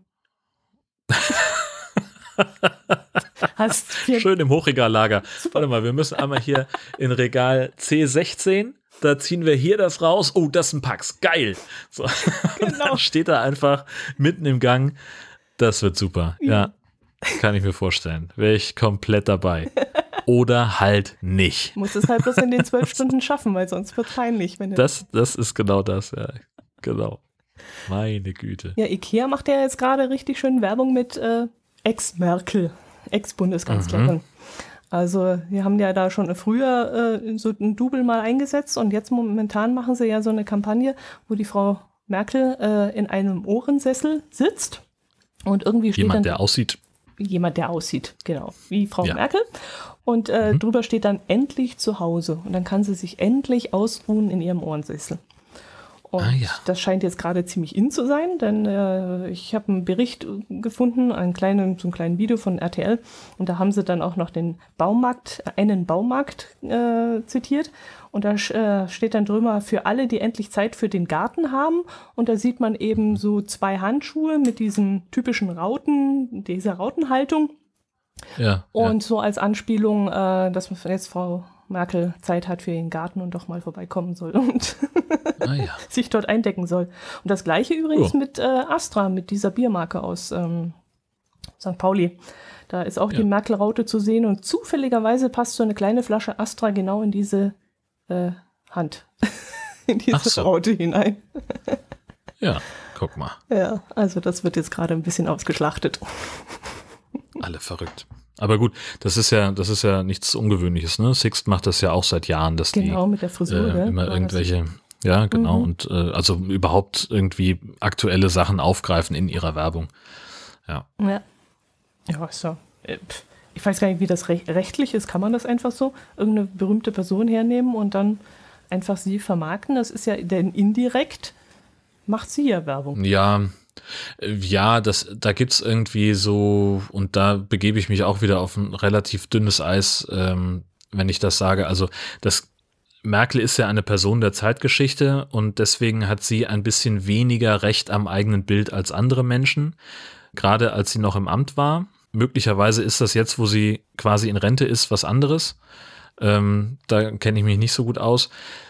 Schön im Hochregallager. Warte mal, wir müssen einmal hier in Regal C16, da ziehen wir hier das raus. Oh, das ist ein Pax. Geil. So. Genau. Dann steht da einfach mitten im Gang. Das wird super. Ja, kann ich mir vorstellen. Wäre ich komplett dabei. Oder halt nicht. Muss es halt bloß in den 12 Stunden schaffen, weil sonst wird es peinlich. Wenn Das ist genau das, ja. Genau. Meine Güte. Ja, Ikea macht ja jetzt gerade richtig schön Werbung mit Ex-Merkel, Ex-Bundeskanzlerin. Also wir haben ja da schon früher so ein Double mal eingesetzt und jetzt momentan machen sie ja so eine Kampagne, wo die Frau Merkel in einem Ohrensessel sitzt und irgendwie steht Jemand, der aussieht. Jemand, der aussieht, genau, wie Frau Ja. Merkel. Und drüber steht dann endlich zu Hause. Und dann kann sie sich endlich ausruhen in ihrem Ohrensessel. Und das scheint jetzt gerade ziemlich in zu sein, denn ich habe einen Bericht gefunden, so ein kleines Video von RTL. Und da haben sie dann auch noch einen Baumarkt zitiert. Und da steht dann drüber, für alle, die endlich Zeit für den Garten haben. Und da sieht man eben so 2 Handschuhe mit diesem typischen dieser Rautenhaltung. Ja. Und so als Anspielung, dass jetzt Frau Merkel Zeit hat für ihren Garten und doch mal vorbeikommen soll und sich dort eindecken soll. Und das gleiche übrigens mit Astra, mit dieser Biermarke aus St. Pauli. Da ist auch die Merkel-Raute zu sehen und zufälligerweise passt so eine kleine Flasche Astra genau in diese Hand, in diese Raute hinein. Ja, guck mal. Ja, also das wird jetzt gerade ein bisschen ausgeschlachtet. Alle verrückt. Aber gut, das ist ja nichts Ungewöhnliches, ne? Sixt macht das ja auch seit Jahren, dass genau, mit der Frisur, immer irgendwelche, ja, genau, und also überhaupt irgendwie aktuelle Sachen aufgreifen in ihrer Werbung. Ja. Ja, so. Ich weiß gar nicht, wie das rechtlich ist. Kann man das einfach so? Irgendeine berühmte Person hernehmen und dann einfach sie vermarkten? Das ist ja, denn indirekt macht sie ja Werbung. Ja, da gibt's irgendwie so, und da begebe ich mich auch wieder auf ein relativ dünnes Eis, wenn ich das sage. Also Merkel ist ja eine Person der Zeitgeschichte und deswegen hat sie ein bisschen weniger Recht am eigenen Bild als andere Menschen, gerade als sie noch im Amt war. Möglicherweise ist das jetzt, wo sie quasi in Rente ist, was anderes. Da kenne ich mich nicht so gut aus.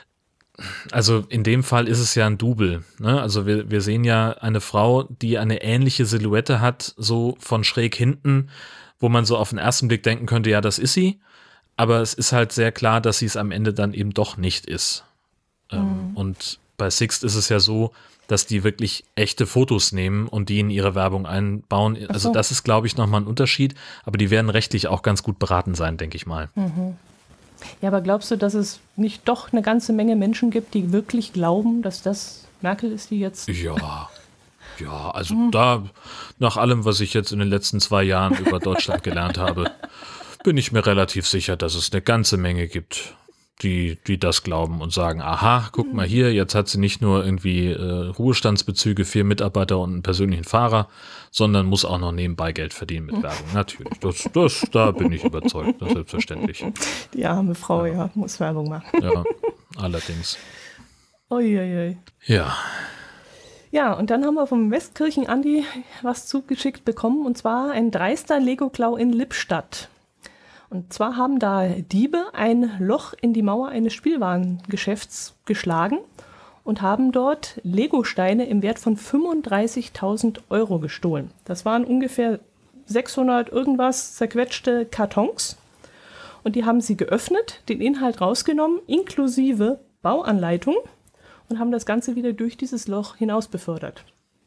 Also in dem Fall ist es ja ein Double, ne? Also wir sehen ja eine Frau, die eine ähnliche Silhouette hat, so von schräg hinten, wo man so auf den ersten Blick denken könnte, ja, das ist sie. Aber es ist halt sehr klar, dass sie es am Ende dann eben doch nicht ist. Und bei Sixt ist es ja so, dass die wirklich echte Fotos nehmen und die in ihre Werbung einbauen. Also das ist, glaube ich, nochmal ein Unterschied. Aber die werden rechtlich auch ganz gut beraten sein, denke ich mal. Ja, aber glaubst du, dass es nicht doch eine ganze Menge Menschen gibt, die wirklich glauben, dass das Merkel ist, die jetzt... Ja, also da, nach allem, was ich jetzt in den letzten 2 Jahren über Deutschland gelernt habe, bin ich mir relativ sicher, dass es eine ganze Menge gibt, die das glauben und sagen, aha, guck mal hier, jetzt hat sie nicht nur irgendwie Ruhestandsbezüge, 4 Mitarbeiter und einen persönlichen Fahrer, sondern muss auch noch nebenbei Geld verdienen mit Werbung. Natürlich, da bin ich überzeugt, das ist selbstverständlich. Die arme Frau, ja, muss Werbung machen. Ja, allerdings. Uiuiui. Ja. Ja, und dann haben wir vom Westkirchen-Andi was zugeschickt bekommen, und zwar ein dreister Lego-Klau in Lippstadt. Und zwar haben da Diebe ein Loch in die Mauer eines Spielwarengeschäfts geschlagen und haben dort Lego-Steine im Wert von 35.000 € gestohlen. Das waren ungefähr 600 irgendwas zerquetschte Kartons. Und die haben sie geöffnet, den Inhalt rausgenommen, inklusive Bauanleitung, und haben das Ganze wieder durch dieses Loch hinaus befördert.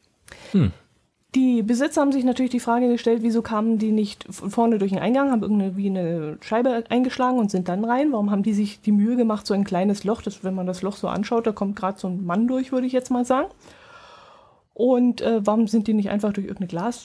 Die Besitzer haben sich natürlich die Frage gestellt, wieso kamen die nicht vorne durch den Eingang, haben irgendwie eine Scheibe eingeschlagen und sind dann rein. Warum haben die sich die Mühe gemacht, so ein kleines Loch, wenn man das Loch so anschaut, da kommt gerade so ein Mann durch, würde ich jetzt mal sagen. Und warum sind die nicht einfach durch irgendeine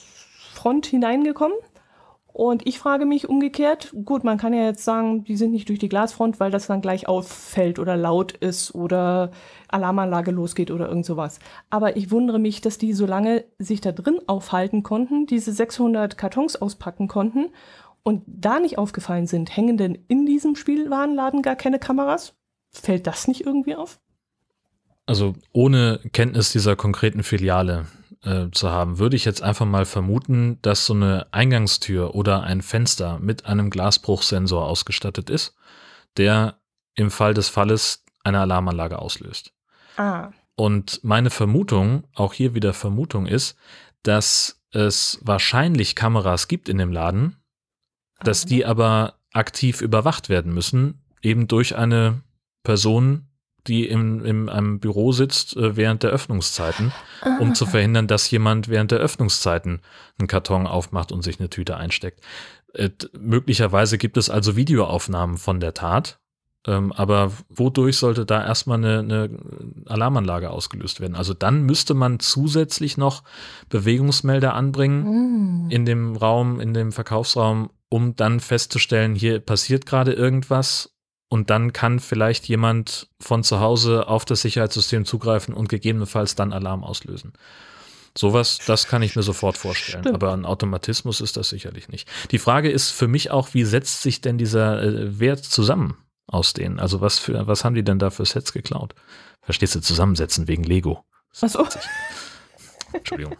Glasfront hineingekommen. Und ich frage mich umgekehrt, gut, man kann ja jetzt sagen, die sind nicht durch die Glasfront, weil das dann gleich auffällt oder laut ist oder Alarmanlage losgeht oder irgend sowas. Aber ich wundere mich, dass die so lange sich da drin aufhalten konnten, diese 600 Kartons auspacken konnten und da nicht aufgefallen sind. Hängen denn in diesem Spielwarenladen gar keine Kameras? Fällt das nicht irgendwie auf? Also ohne Kenntnis dieser konkreten Filiale zu haben, würde ich jetzt einfach mal vermuten, dass so eine Eingangstür oder ein Fenster mit einem Glasbruchsensor ausgestattet ist, der im Fall des Falles eine Alarmanlage auslöst. Und meine Vermutung, auch hier wieder Vermutung ist, dass es wahrscheinlich Kameras gibt in dem Laden, dass die aber aktiv überwacht werden müssen, eben durch eine Person, die in einem Büro sitzt während der Öffnungszeiten, um zu verhindern, dass jemand während der Öffnungszeiten einen Karton aufmacht und sich eine Tüte einsteckt. Möglicherweise gibt es also Videoaufnahmen von der Tat, aber wodurch sollte da erstmal eine Alarmanlage ausgelöst werden? Also dann müsste man zusätzlich noch Bewegungsmelder anbringen in dem Raum, in dem Verkaufsraum, um dann festzustellen, hier passiert gerade irgendwas. Und dann kann vielleicht jemand von zu Hause auf das Sicherheitssystem zugreifen und gegebenenfalls dann Alarm auslösen. Sowas, das kann ich mir sofort vorstellen. Stimmt. Aber ein Automatismus ist das sicherlich nicht. Die Frage ist für mich auch, wie setzt sich denn dieser Wert zusammen aus denen? Also was haben die denn da für Sets geklaut? Verstehst du, zusammensetzen wegen Lego? Ach so. Entschuldigung.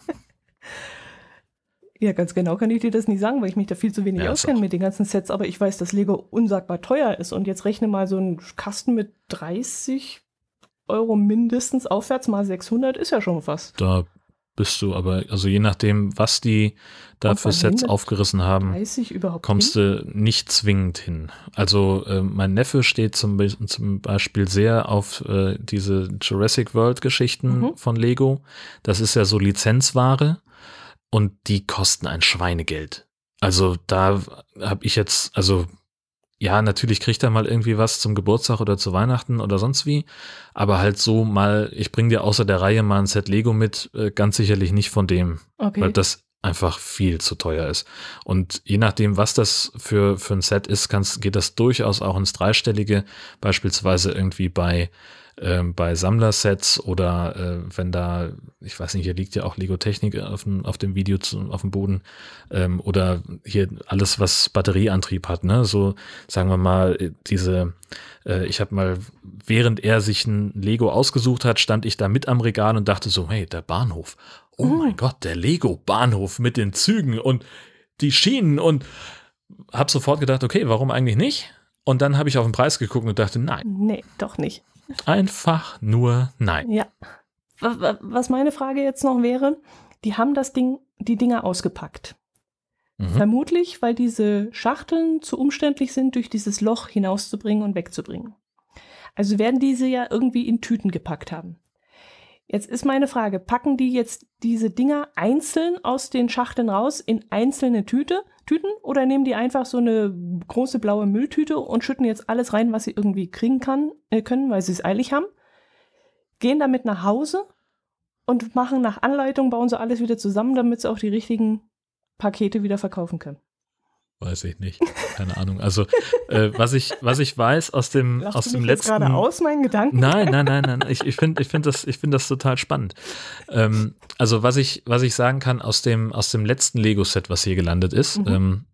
Ja, ganz genau kann ich dir das nicht sagen, weil ich mich da viel zu wenig auskenne mit den ganzen Sets. Aber ich weiß, dass Lego unsagbar teuer ist. Und jetzt rechne mal so einen Kasten mit 30 € mindestens aufwärts mal 600 ist ja schon was. Da bist du aber, also je nachdem, was die da für Sets aufgerissen haben, kommst du nicht zwingend hin. Also mein Neffe steht zum Beispiel sehr auf diese Jurassic World Geschichten von Lego. Das ist ja so Lizenzware. Und die kosten ein Schweinegeld. Also da habe ich jetzt, also ja, natürlich kriegt er mal irgendwie was zum Geburtstag oder zu Weihnachten oder sonst wie, aber halt so mal, ich bringe dir außer der Reihe mal ein Set Lego mit, ganz sicherlich nicht von dem, weil das einfach viel zu teuer ist. Und je nachdem, was das für ein Set ist, geht das durchaus auch ins Dreistellige, beispielsweise irgendwie bei Sammlersets oder wenn da, ich weiß nicht, hier liegt ja auch Lego Technik auf dem Video auf dem Boden oder hier alles, was Batterieantrieb hat, ne? So, sagen wir mal, ich habe mal, während er sich ein Lego ausgesucht hat, stand ich da mit am Regal und dachte so, hey, der Bahnhof. Oh mein Gott, der Lego-Bahnhof mit den Zügen und die Schienen und habe sofort gedacht, okay, warum eigentlich nicht? Und dann habe ich auf den Preis geguckt und dachte, nein. Nee, doch nicht. Einfach nur nein. Ja. Was meine Frage jetzt noch wäre, die haben die Dinger ausgepackt. Vermutlich, weil diese Schachteln zu umständlich sind, durch dieses Loch hinauszubringen und wegzubringen. Also werden diese ja irgendwie in Tüten gepackt haben. Jetzt ist meine Frage, packen die jetzt diese Dinger einzeln aus den Schachteln raus in einzelne Tüten oder nehmen die einfach so eine große blaue Mülltüte und schütten jetzt alles rein, was sie irgendwie kriegen können, weil sie es eilig haben, gehen damit nach Hause und machen nach Anleitung, bauen sie alles wieder zusammen, damit sie auch die richtigen Pakete wieder verkaufen können? Weiß ich nicht. Keine Ahnung. Also, was ich weiß aus dem letzten. Jetzt gerade aus meinen Gedanken? Nein. Ich finde das total spannend. Also, was ich sagen kann aus dem letzten Lego-Set, was hier gelandet ist,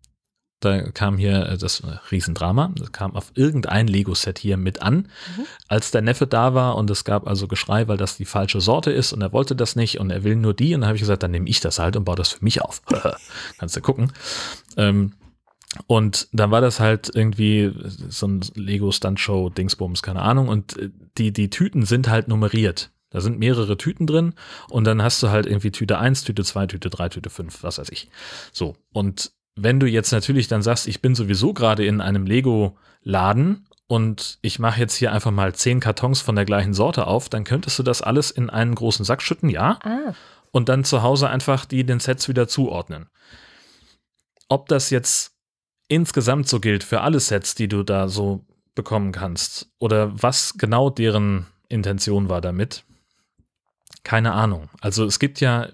da kam hier das Riesendrama. Das kam auf irgendein Lego-Set hier mit an, als der Neffe da war und es gab also Geschrei, weil das die falsche Sorte ist und er wollte das nicht und er will nur die und dann habe ich gesagt, dann nehme ich das halt und baue das für mich auf. Kannst du gucken. Und dann war das halt irgendwie so ein Lego-Stuntshow-Dingsbums, keine Ahnung. Und die Tüten sind halt nummeriert. Da sind mehrere Tüten drin und dann hast du halt irgendwie Tüte 1, Tüte 2, Tüte 3, Tüte 5, was weiß ich. So, und wenn du jetzt natürlich dann sagst, ich bin sowieso gerade in einem Lego-Laden und ich mache jetzt hier einfach mal 10 Kartons von der gleichen Sorte auf, dann könntest du das alles in einen großen Sack schütten, ja. Und dann zu Hause einfach den Sets wieder zuordnen. Ob das jetzt insgesamt so gilt für alle Sets, die du da so bekommen kannst oder was genau deren Intention war damit, keine Ahnung. Also es gibt ja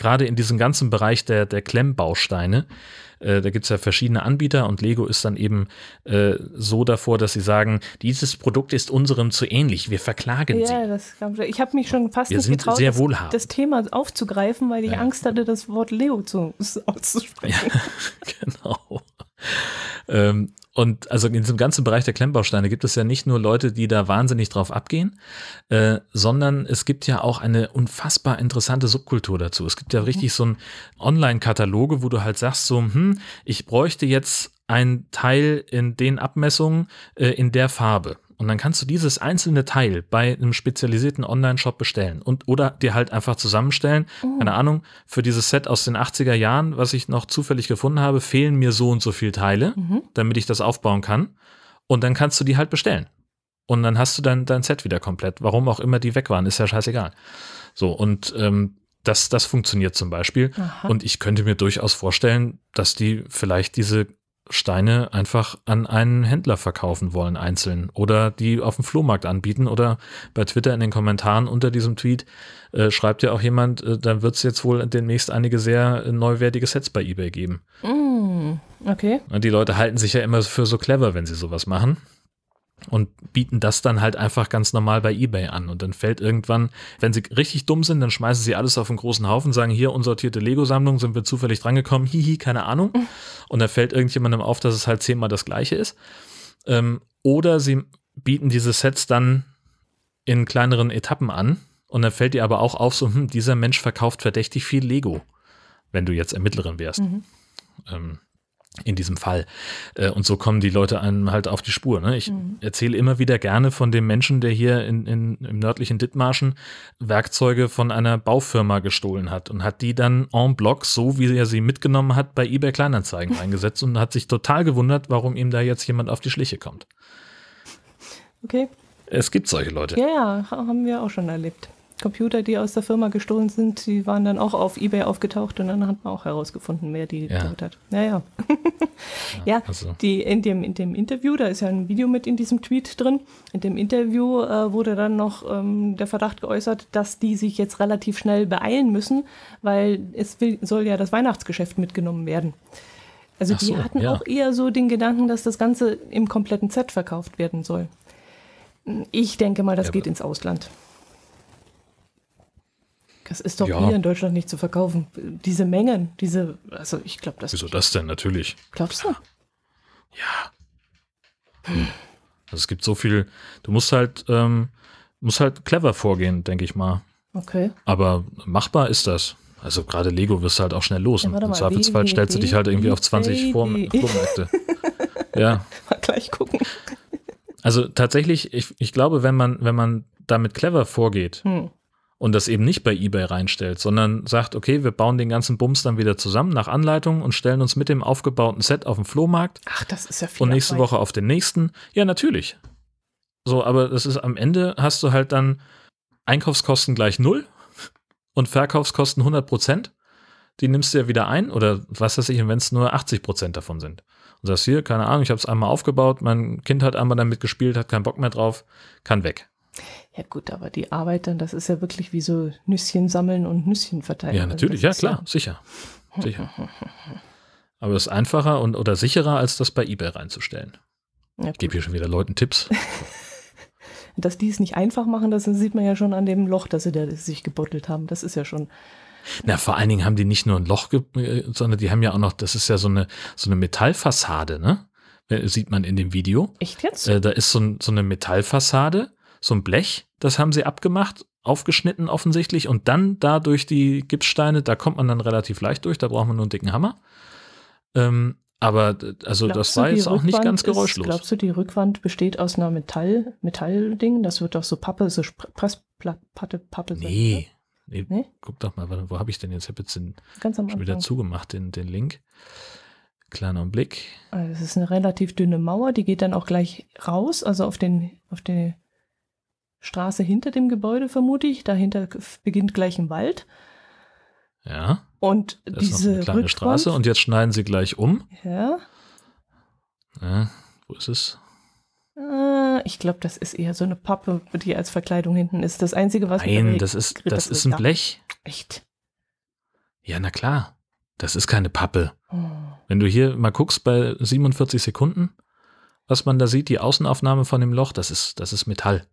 gerade in diesem ganzen Bereich der Klemmbausteine, da gibt es ja verschiedene Anbieter und Lego ist dann eben so davor, dass sie sagen, dieses Produkt ist unserem zu ähnlich, wir verklagen sie. Ja, ich habe mich schon fast nicht getraut, sehr wohlhabend. das Thema aufzugreifen, weil ich Angst hatte, das Wort Lego auszusprechen. Ja, genau. Und also in diesem ganzen Bereich der Klemmbausteine gibt es ja nicht nur Leute, die da wahnsinnig drauf abgehen, sondern es gibt ja auch eine unfassbar interessante Subkultur dazu. Es gibt ja richtig so ein Online-Kataloge, wo du halt sagst so, ich bräuchte jetzt ein Teil in den Abmessungen in der Farbe. Und dann kannst du dieses einzelne Teil bei einem spezialisierten Online-Shop bestellen oder dir halt einfach zusammenstellen. Keine Ahnung, für dieses Set aus den 80er Jahren, was ich noch zufällig gefunden habe, fehlen mir so und so viele Teile, damit ich das aufbauen kann. Und dann kannst du die halt bestellen. Und dann hast du dein Set wieder komplett. Warum auch immer die weg waren, ist ja scheißegal. So, und das funktioniert zum Beispiel. Aha. Und ich könnte mir durchaus vorstellen, dass die vielleicht diese Steine einfach an einen Händler verkaufen wollen, einzeln, oder die auf dem Flohmarkt anbieten, oder bei Twitter in den Kommentaren unter diesem Tweet schreibt ja auch jemand, dann wird es jetzt wohl demnächst einige sehr neuwertige Sets bei eBay geben. Okay. Und die Leute halten sich ja immer für so clever, wenn sie sowas machen. Und bieten das dann halt einfach ganz normal bei eBay an. Und dann fällt irgendwann, wenn sie richtig dumm sind, dann schmeißen sie alles auf einen großen Haufen, sagen, hier, unsortierte Lego-Sammlung, sind wir zufällig drangekommen, hihi, keine Ahnung. Und dann fällt irgendjemandem auf, dass es halt 10-mal das Gleiche ist. Oder sie bieten diese Sets dann in kleineren Etappen an. Und dann fällt dir aber auch auf, so, dieser Mensch verkauft verdächtig viel Lego, wenn du jetzt Ermittlerin wärst. In diesem Fall. Und so kommen die Leute einem halt auf die Spur. Ne? Ich erzähle immer wieder gerne von dem Menschen, der hier im nördlichen Dithmarschen Werkzeuge von einer Baufirma gestohlen hat und hat die dann en bloc, so wie er sie mitgenommen hat, bei eBay Kleinanzeigen eingesetzt und hat sich total gewundert, warum ihm da jetzt jemand auf die Schliche kommt. Okay. Es gibt solche Leute. Ja, haben wir auch schon erlebt. Computer, die aus der Firma gestohlen sind, die waren dann auch auf eBay aufgetaucht und dann hat man auch herausgefunden, wer die geklaut hat. Ja. Ja, also. In dem Interview, da ist ja ein Video mit in diesem Tweet drin, in dem Interview wurde dann noch der Verdacht geäußert, dass die sich jetzt relativ schnell beeilen müssen, weil soll ja das Weihnachtsgeschäft mitgenommen werden. Also die hatten auch eher so den Gedanken, dass das Ganze im kompletten Set verkauft werden soll. Ich denke mal, das geht ins Ausland. Das ist doch hier in Deutschland nicht zu verkaufen. Diese Mengen, also ich glaube, das. Wieso das denn? Natürlich. Glaubst du? Ja. Also es gibt so viel, du musst halt clever vorgehen, denke ich mal. Okay. Aber machbar ist das. Also gerade Lego wirst du halt auch schnell los. Und im Zweifelsfall stellst du dich halt irgendwie auf 20 Flohmärkte. Ja. Mal gleich gucken. Also tatsächlich, ich glaube, wenn man damit clever vorgeht, und das eben nicht bei eBay reinstellt, sondern sagt, okay, wir bauen den ganzen Bums dann wieder zusammen nach Anleitung und stellen uns mit dem aufgebauten Set auf den Flohmarkt. Ach, das ist ja viel. Und nächste Woche auf den nächsten. Ja, natürlich. So, aber das ist am Ende hast du halt dann Einkaufskosten gleich 0 und Verkaufskosten 100%. Die nimmst du ja wieder ein oder was weiß ich, wenn es nur 80% davon sind. Und sagst hier, keine Ahnung, ich habe es einmal aufgebaut, mein Kind hat einmal damit gespielt, hat keinen Bock mehr drauf, kann weg. Ja gut, aber die Arbeit dann, das ist ja wirklich wie so Nüsschen sammeln und Nüsschen verteilen. Ja, natürlich, also klar, sicher. Aber es ist einfacher oder sicherer, als das bei eBay reinzustellen. Ja, ich gebe hier schon wieder Leuten Tipps. Dass die es nicht einfach machen, das sieht man ja schon an dem Loch, das sie da sich gebuddelt haben. Das ist ja schon... Na, vor allen Dingen haben die nicht nur ein Loch, sondern die haben ja auch noch, das ist ja so eine Metallfassade, ne? Sieht man in dem Video. Echt jetzt? Da ist so eine Metallfassade, so ein Blech, das haben sie abgemacht, aufgeschnitten offensichtlich und dann da durch die Gipssteine, da kommt man dann relativ leicht durch, da braucht man nur einen dicken Hammer. Aber also das war jetzt auch nicht ganz geräuschlos. Glaubst du, die Rückwand besteht aus einer Metallding? Das wird doch so Pappe, so Pappe. Nee. Guck doch mal, wo habe ich denn jetzt? Ich habe jetzt schon wieder zugemacht, den Link. Kleiner Blick. Also es ist eine relativ dünne Mauer, die geht dann auch gleich raus, also auf die Straße hinter dem Gebäude, vermute ich. Dahinter beginnt gleich ein Wald. Ja. Und das diese ist noch eine kleine Straße und jetzt schneiden sie gleich um. Ja. Wo ist es? Ich glaube, das ist eher so eine Pappe, die als Verkleidung hinten ist. Das Einzige, was... Nein, das ist ein Blech. Echt? Ja, na klar. Das ist keine Pappe. Wenn du hier mal guckst bei 47 Sekunden, was man da sieht, die Außenaufnahme von dem Loch, das ist Metall.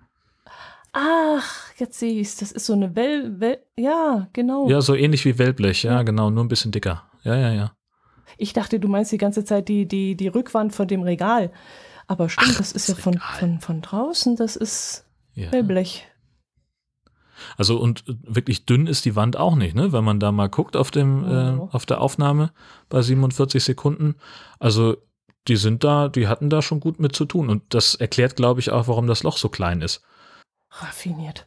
Ach, jetzt sehe ich es. Das ist so eine ja, genau. Ja, so ähnlich wie Wellblech, ja, genau, nur ein bisschen dicker. Ja. Ich dachte, du meinst die ganze Zeit die Rückwand von dem Regal. Aber stimmt, das ist ja von draußen, das ist Wellblech. Also und wirklich dünn ist die Wand auch nicht, ne? Wenn man da mal guckt auf der Aufnahme bei 47 Sekunden. Also die hatten da schon gut mit zu tun. Und das erklärt, glaube ich, auch, warum das Loch so klein ist. Raffiniert.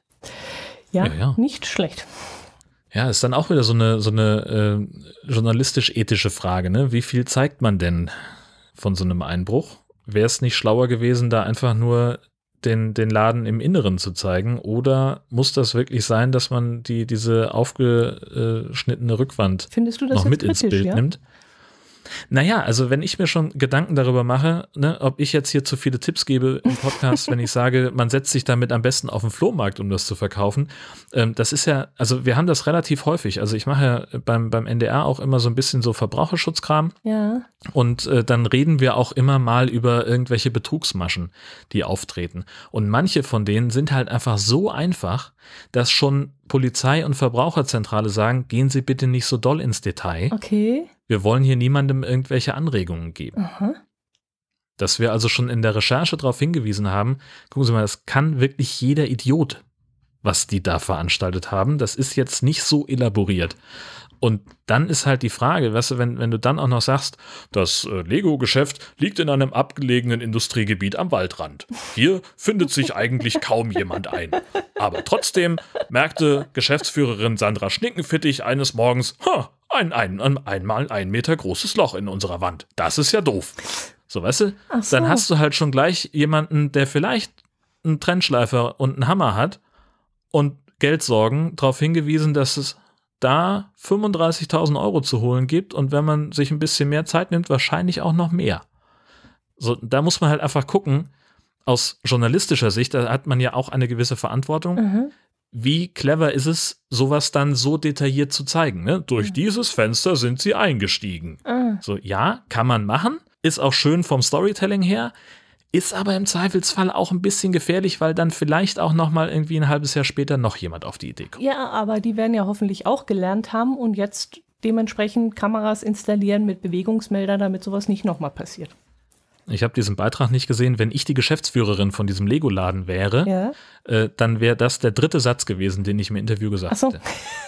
Ja, nicht schlecht. Ja, ist dann auch wieder so eine journalistisch-ethische Frage, ne? Wie viel zeigt man denn von so einem Einbruch? Wäre es nicht schlauer gewesen, da einfach nur den Laden im Inneren zu zeigen? Oder muss das wirklich sein, dass man diese aufgeschnittene Rückwand noch mit ins Bild nimmt? Naja, also wenn ich mir schon Gedanken darüber mache, ne, ob ich jetzt hier zu viele Tipps gebe im Podcast, wenn ich sage, man setzt sich damit am besten auf den Flohmarkt, um das zu verkaufen, das ist ja, also wir haben das relativ häufig. Also ich mache ja beim NDR auch immer so ein bisschen so Verbraucherschutzkram. Ja. Und dann reden wir auch immer mal über irgendwelche Betrugsmaschen, die auftreten. Und manche von denen sind halt einfach so einfach, dass schon Polizei und Verbraucherzentrale sagen, gehen Sie bitte nicht so doll ins Detail. Okay. Wir wollen hier niemandem irgendwelche Anregungen geben. Aha. Dass wir also schon in der Recherche darauf hingewiesen haben, gucken Sie mal, das kann wirklich jeder Idiot, was die da veranstaltet haben. Das ist jetzt nicht so elaboriert. Und dann ist halt die Frage, weißt du, wenn du dann auch noch sagst, das Lego-Geschäft liegt in einem abgelegenen Industriegebiet am Waldrand. Hier findet sich eigentlich kaum jemand ein. Aber trotzdem merkte Geschäftsführerin Sandra Schnickenfittich eines Morgens, einmal 1 Meter großes Loch in unserer Wand. Das ist ja doof. So, weißt du, so. Dann hast du halt schon gleich jemanden, der vielleicht einen Trennschleifer und einen Hammer hat und Geldsorgen darauf hingewiesen, dass es da 35.000 Euro zu holen gibt und wenn man sich ein bisschen mehr Zeit nimmt, wahrscheinlich auch noch mehr. So, da muss man halt einfach gucken, aus journalistischer Sicht, da hat man ja auch eine gewisse Verantwortung. Mhm. Wie clever ist es, sowas dann so detailliert zu zeigen? Ne? Durch dieses Fenster sind sie eingestiegen. So, ja, kann man machen, ist auch schön vom Storytelling her, ist aber im Zweifelsfall auch ein bisschen gefährlich, weil dann vielleicht auch noch mal irgendwie ein halbes Jahr später noch jemand auf die Idee kommt. Ja, aber die werden ja hoffentlich auch gelernt haben und jetzt dementsprechend Kameras installieren mit Bewegungsmelder, damit sowas nicht nochmal passiert. Ich habe diesen Beitrag nicht gesehen. Wenn ich die Geschäftsführerin von diesem Lego-Laden wäre, dann wäre das der 3. Satz gewesen, den ich im Interview gesagt hätte.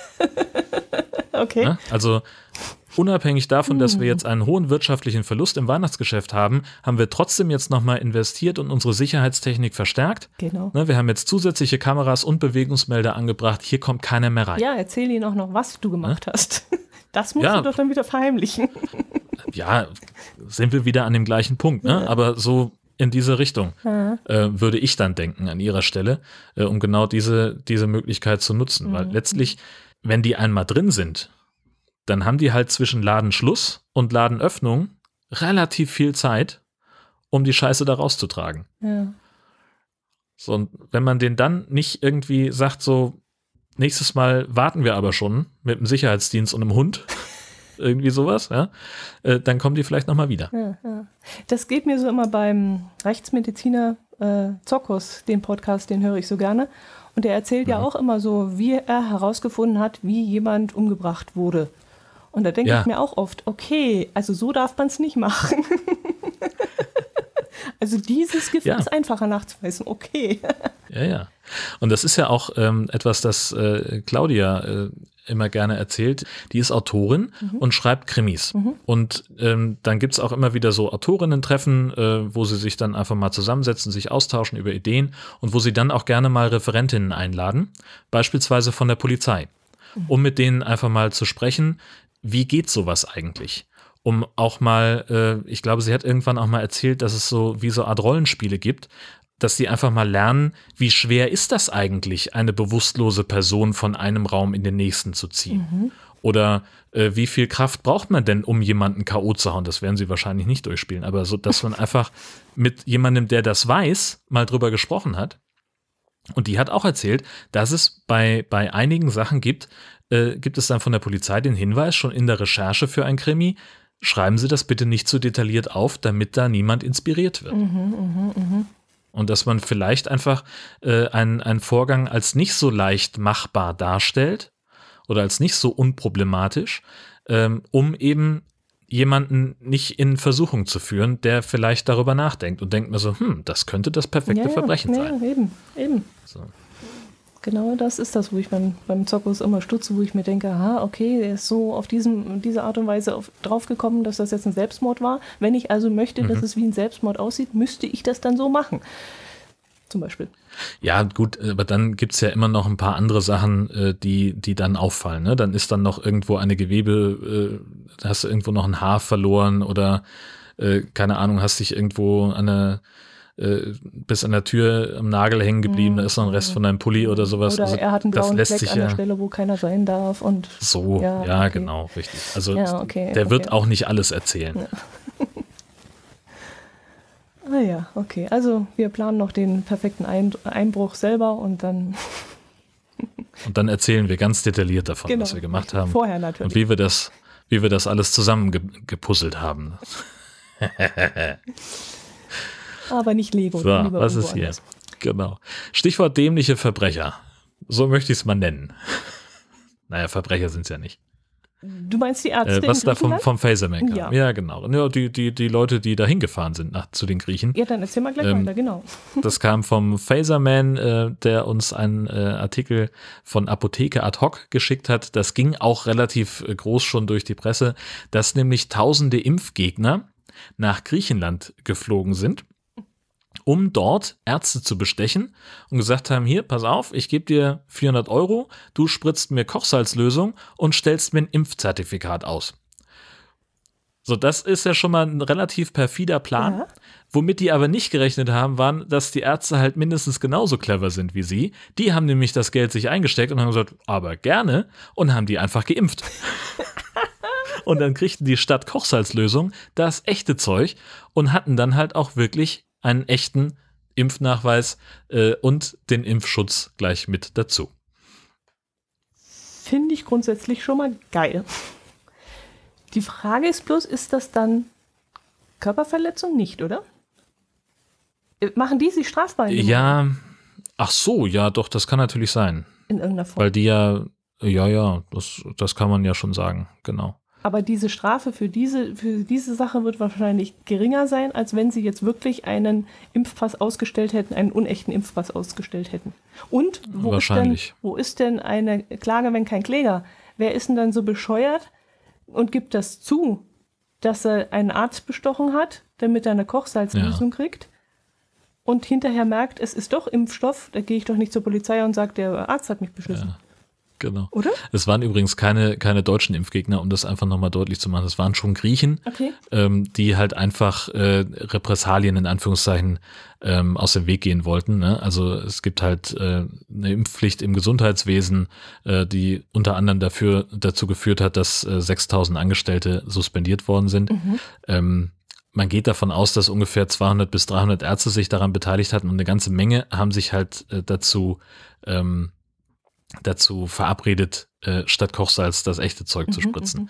Okay. Ja? Also unabhängig davon, dass wir jetzt einen hohen wirtschaftlichen Verlust im Weihnachtsgeschäft haben, haben wir trotzdem jetzt nochmal investiert und unsere Sicherheitstechnik verstärkt. Genau. Ne, wir haben jetzt zusätzliche Kameras und Bewegungsmelder angebracht. Hier kommt keiner mehr rein. Ja, erzähl ihnen auch noch, was du gemacht hast. Das musst du doch dann wieder verheimlichen. Ja, sind wir wieder an dem gleichen Punkt. Ne? Ja. Aber so in diese Richtung würde ich dann denken an ihrer Stelle, um genau diese Möglichkeit zu nutzen. Weil letztlich, wenn die einmal drin sind, dann haben die halt zwischen Ladenschluss und Ladenöffnung relativ viel Zeit, um die Scheiße da rauszutragen. Ja. So, und wenn man denen dann nicht irgendwie sagt, so, nächstes Mal warten wir aber schon mit dem Sicherheitsdienst und einem Hund, irgendwie sowas, ja, dann kommen die vielleicht nochmal wieder. Ja. Das geht mir so immer beim Rechtsmediziner Zokos, den Podcast, den höre ich so gerne. Und der erzählt ja auch immer so, wie er herausgefunden hat, wie jemand umgebracht wurde. Und da denke ich mir auch oft, okay, also so darf man es nicht machen. Also dieses Gift ist einfacher nachzuweisen, okay. Ja. Und das ist ja auch etwas, das Claudia immer gerne erzählt. Die ist Autorin und schreibt Krimis. Und dann gibt es auch immer wieder so Autorinnen-Treffen, wo sie sich dann einfach mal zusammensetzen, sich austauschen über Ideen und wo sie dann auch gerne mal Referentinnen einladen, beispielsweise von der Polizei, um mit denen einfach mal zu sprechen, wie geht sowas eigentlich? Um auch mal, ich glaube, sie hat irgendwann auch mal erzählt, dass es so wie so Art Rollenspiele gibt, dass sie einfach mal lernen, wie schwer ist das eigentlich, eine bewusstlose Person von einem Raum in den nächsten zu ziehen? Oder wie viel Kraft braucht man denn, um jemanden K.O. zu hauen? Das werden sie wahrscheinlich nicht durchspielen, aber so, dass man einfach mit jemandem, der das weiß, mal drüber gesprochen hat Und die hat auch erzählt, dass es bei einigen Sachen gibt es dann von der Polizei den Hinweis, schon in der Recherche für ein Krimi, schreiben Sie das bitte nicht so detailliert auf, damit da niemand inspiriert wird. Und dass man vielleicht einfach einen Vorgang als nicht so leicht machbar darstellt oder als nicht so unproblematisch, um eben jemanden nicht in Versuchung zu führen, der vielleicht darüber nachdenkt und denkt mir so, das könnte das perfekte Verbrechen sein. Ja, eben. So. Genau das ist das, wo ich beim Zirkus immer stutze, wo ich mir denke, okay, er ist so auf diese Art und Weise draufgekommen, dass das jetzt ein Selbstmord war. Wenn ich also möchte, dass es wie ein Selbstmord aussieht, müsste ich das dann so machen. Zum Beispiel. Ja, gut, aber dann gibt es ja immer noch ein paar andere Sachen, die dann auffallen. Ne? Dann ist dann noch irgendwo eine Gewebe, hast du irgendwo noch ein Haar verloren oder keine Ahnung, hast dich irgendwo bis an der Tür am Nagel hängen geblieben, da ist noch ein Rest von deinem Pulli oder sowas. Oder er hat einen blauen Fleck an der Stelle, wo keiner sein darf. Und so, okay. Genau, richtig. Also der wird auch nicht alles erzählen. Ja. Okay. Also wir planen noch den perfekten Einbruch selber und dann... Und dann erzählen wir ganz detailliert davon, was wir gemacht haben. Vorher natürlich. Und wie wir das alles zusammen gepuzzelt haben. Aber nicht Lego. So, was ist hier? Genau. Stichwort dämliche Verbrecher. So möchte ich es mal nennen. Naja, Verbrecher sind es ja nicht. Du meinst die Ärzte was in da vom Phaserman kam. Ja. Ja, genau. Ja, die Leute, die da hingefahren sind zu den Griechen. Ja, dann erzähl mal gleich weiter, genau. Das kam vom Phaserman, der uns einen Artikel von Apotheke ad hoc geschickt hat. Das ging auch relativ groß schon durch die Presse, dass nämlich tausende Impfgegner nach Griechenland geflogen sind, um dort Ärzte zu bestechen und gesagt haben, hier, pass auf, ich gebe dir 400 €, du spritzt mir Kochsalzlösung und stellst mir ein Impfzertifikat aus. So, das ist ja schon mal ein relativ perfider Plan. Ja. Womit die aber nicht gerechnet haben, waren, dass die Ärzte halt mindestens genauso clever sind wie sie. Die haben nämlich das Geld sich eingesteckt und haben gesagt, aber gerne, und haben die einfach geimpft. Und dann kriegten die statt Kochsalzlösung das echte Zeug und hatten dann halt auch wirklich einen echten Impfnachweis und den Impfschutz gleich mit dazu. Finde ich grundsätzlich schon mal geil. Die Frage ist bloß, ist das dann Körperverletzung? Nicht, oder? Machen die sich strafbar? Ja, ach so, ja, doch, das kann natürlich sein. In irgendeiner Form. Weil die das kann man ja schon sagen, genau. Aber diese Strafe für diese Sache wird wahrscheinlich geringer sein, als wenn sie jetzt wirklich einen Impfpass ausgestellt hätten, einen unechten Impfpass ausgestellt hätten. Und wo ist denn eine Klage, wenn kein Kläger? Wer ist denn dann so bescheuert und gibt das zu, dass er einen Arzt bestochen hat, damit er eine Kochsalzlösung kriegt und hinterher merkt, es ist doch Impfstoff, da gehe ich doch nicht zur Polizei und sage, der Arzt hat mich beschissen. Ja. Genau. Oder? Es waren übrigens keine deutschen Impfgegner, um das einfach nochmal deutlich zu machen. Es waren schon Griechen, die halt einfach Repressalien in Anführungszeichen aus dem Weg gehen wollten. Ne? Also es gibt halt eine Impfpflicht im Gesundheitswesen, die unter anderem dazu geführt hat, dass 6.000 Angestellte suspendiert worden sind. Man geht davon aus, dass ungefähr 200 bis 300 Ärzte sich daran beteiligt hatten und eine ganze Menge haben sich halt dazu verabredet, statt Kochsalz das echte Zeug zu spritzen.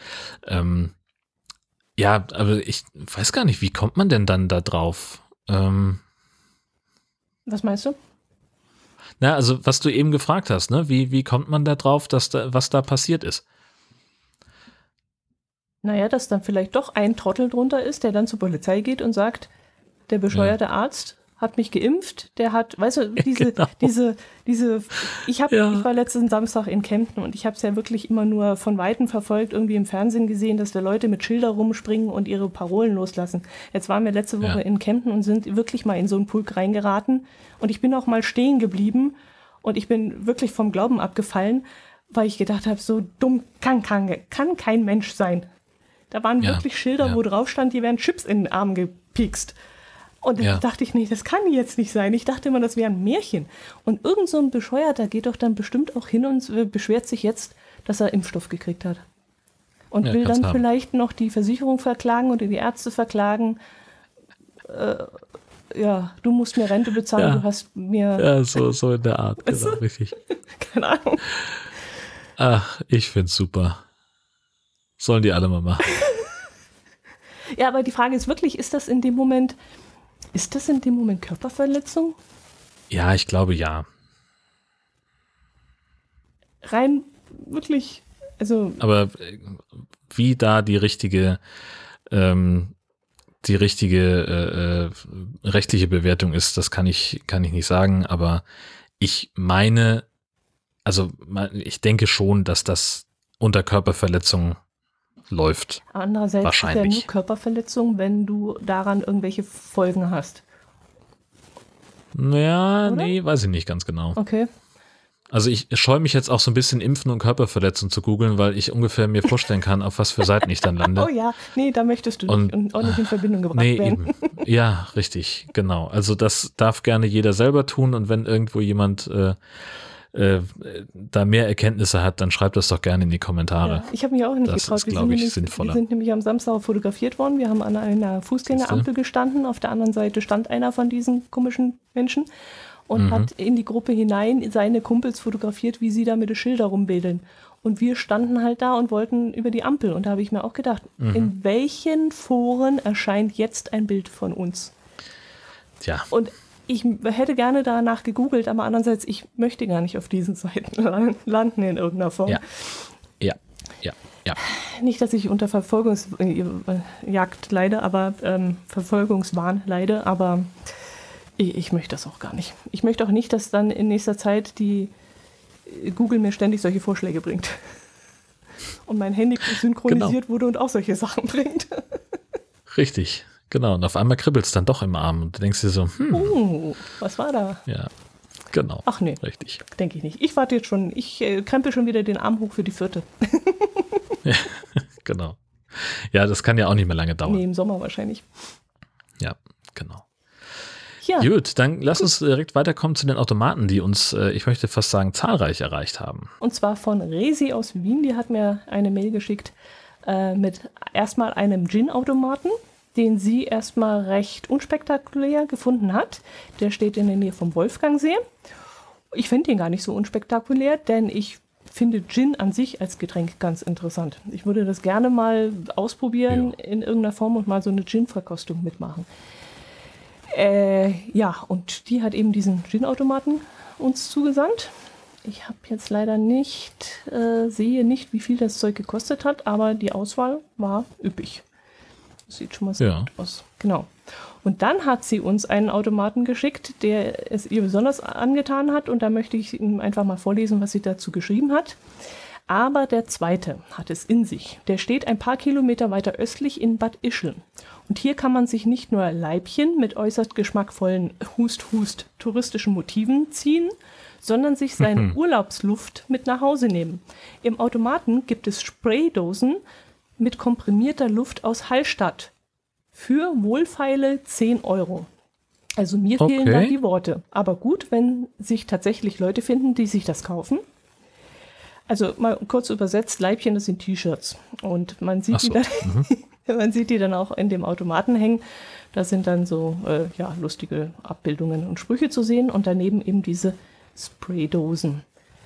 Ja, aber ich weiß gar nicht, wie kommt man denn dann da drauf? Was meinst du? Na, also was du eben gefragt hast, ne? Wie kommt man da drauf, was da passiert ist? Naja, dass dann vielleicht doch ein Trottel drunter ist, der dann zur Polizei geht und sagt, der bescheuerte Arzt hat mich geimpft, der hat, weißt du, ich war letzten Samstag in Kempten und ich habe es ja wirklich immer nur von Weitem verfolgt, irgendwie im Fernsehen gesehen, dass da Leute mit Schilder rumspringen und ihre Parolen loslassen. Jetzt waren wir letzte Woche in Kempten und sind wirklich mal in so einen Pulk reingeraten und ich bin auch mal stehen geblieben und ich bin wirklich vom Glauben abgefallen, weil ich gedacht habe, so dumm kann kein Mensch sein. Da waren wirklich Schilder, wo drauf stand, die werden Chips in den Arm gepikst. Und da dachte ich nicht, das kann jetzt nicht sein. Ich dachte immer, das wäre ein Märchen. Und irgend so ein Bescheuerter geht doch dann bestimmt auch hin und beschwert sich jetzt, dass er Impfstoff gekriegt hat. Und will dann vielleicht noch die Versicherung verklagen oder die Ärzte verklagen. ja, du musst mir Rente bezahlen, du hast mir... Ja, so in der Art, genau, richtig. Keine Ahnung. Ach, ich find's super. Sollen die alle mal machen. Ja, aber die Frage ist wirklich, ist das in dem Moment Körperverletzung? Ja, ich glaube ja. Rein wirklich, also... Aber wie da die richtige rechtliche Bewertung ist, das kann ich nicht sagen, aber ich meine, also ich denke schon, dass das unter Körperverletzung läuft. Andererseits wahrscheinlich. Ist ja nur Körperverletzung, wenn du daran irgendwelche Folgen hast. Ja, Oder? nee, weiß ich nicht ganz genau. Okay. Also ich scheue mich jetzt auch so ein bisschen Impfen und Körperverletzung zu googeln, weil ich ungefähr mir vorstellen kann, auf was für Seiten ich dann lande. Oh ja, nee, da möchtest du nicht und auch nicht in Verbindung gebracht werden. Eben. Ja, richtig, genau. Also das darf gerne jeder selber tun und wenn irgendwo jemand da mehr Erkenntnisse hat, dann schreibt das doch gerne in die Kommentare. Ja, ich habe mich auch nicht Das getraut. ist, glaube ich, sinnvoller. Wir sind nämlich am Samstag fotografiert worden. Wir haben an einer Fußgängerampel gestanden. Auf der anderen Seite stand einer von diesen komischen Menschen und hat in die Gruppe hinein seine Kumpels fotografiert, wie sie da mit den Schildern rumwedeln. Und wir standen halt da und wollten über die Ampel. Und da habe ich mir auch gedacht, in welchen Foren erscheint jetzt ein Bild von uns? Tja. Und ich hätte gerne danach gegoogelt, aber andererseits, ich möchte gar nicht auf diesen Seiten landen in irgendeiner Form. Ja. Nicht, dass ich unter Verfolgungsjagd leide, aber Verfolgungswahn leide, aber ich möchte das auch gar nicht. Ich möchte auch nicht, dass dann in nächster Zeit die Google mir ständig solche Vorschläge bringt. Und mein Handy synchronisiert wurde und auch solche Sachen bringt. Richtig, genau. Und auf einmal kribbelt es dann doch im Arm und du denkst dir so, Was war da? Ja, genau. Ach nee, richtig. Denke ich nicht. Ich warte jetzt schon, ich krempel schon wieder den Arm hoch für die 4. Ja, genau. Ja, das kann ja auch nicht mehr lange dauern. Nee, im Sommer wahrscheinlich. Ja, genau. Ja. Gut, dann lass uns direkt weiterkommen zu den Automaten, die uns, ich möchte fast sagen, zahlreich erreicht haben. Und zwar von Resi aus Wien, die hat mir eine Mail geschickt mit erstmal einem Gin-Automaten, den sie erstmal recht unspektakulär gefunden hat. Der steht in der Nähe vom Wolfgangsee. Ich finde den gar nicht so unspektakulär, denn ich finde Gin an sich als Getränk ganz interessant. Ich würde das gerne mal ausprobieren in irgendeiner Form und mal so eine Gin-Verkostung mitmachen. Ja, und die hat eben diesen Gin-Automaten uns zugesandt. Ich habe jetzt leider sehe nicht, wie viel das Zeug gekostet hat, aber die Auswahl war üppig. Das sieht schon mal sehr gut aus. Genau. Und dann hat sie uns einen Automaten geschickt, der es ihr besonders angetan hat. Und da möchte ich Ihnen einfach mal vorlesen, was sie dazu geschrieben hat. Aber der zweite hat es in sich. Der steht ein paar Kilometer weiter östlich in Bad Ischl. Und hier kann man sich nicht nur Leibchen mit äußerst geschmackvollen touristischen Motiven ziehen, sondern sich seine Urlaubsluft mit nach Hause nehmen. Im Automaten gibt es Spraydosen mit komprimierter Luft aus Hallstatt für wohlfeile 10 €. Also mir fehlen da die Worte. Aber gut, wenn sich tatsächlich Leute finden, die sich das kaufen. Also mal kurz übersetzt, Leibchen, das sind T-Shirts. Und man sieht, man sieht die dann auch in dem Automaten hängen. Da sind dann so lustige Abbildungen und Sprüche zu sehen. Und daneben eben diese Spraydosen.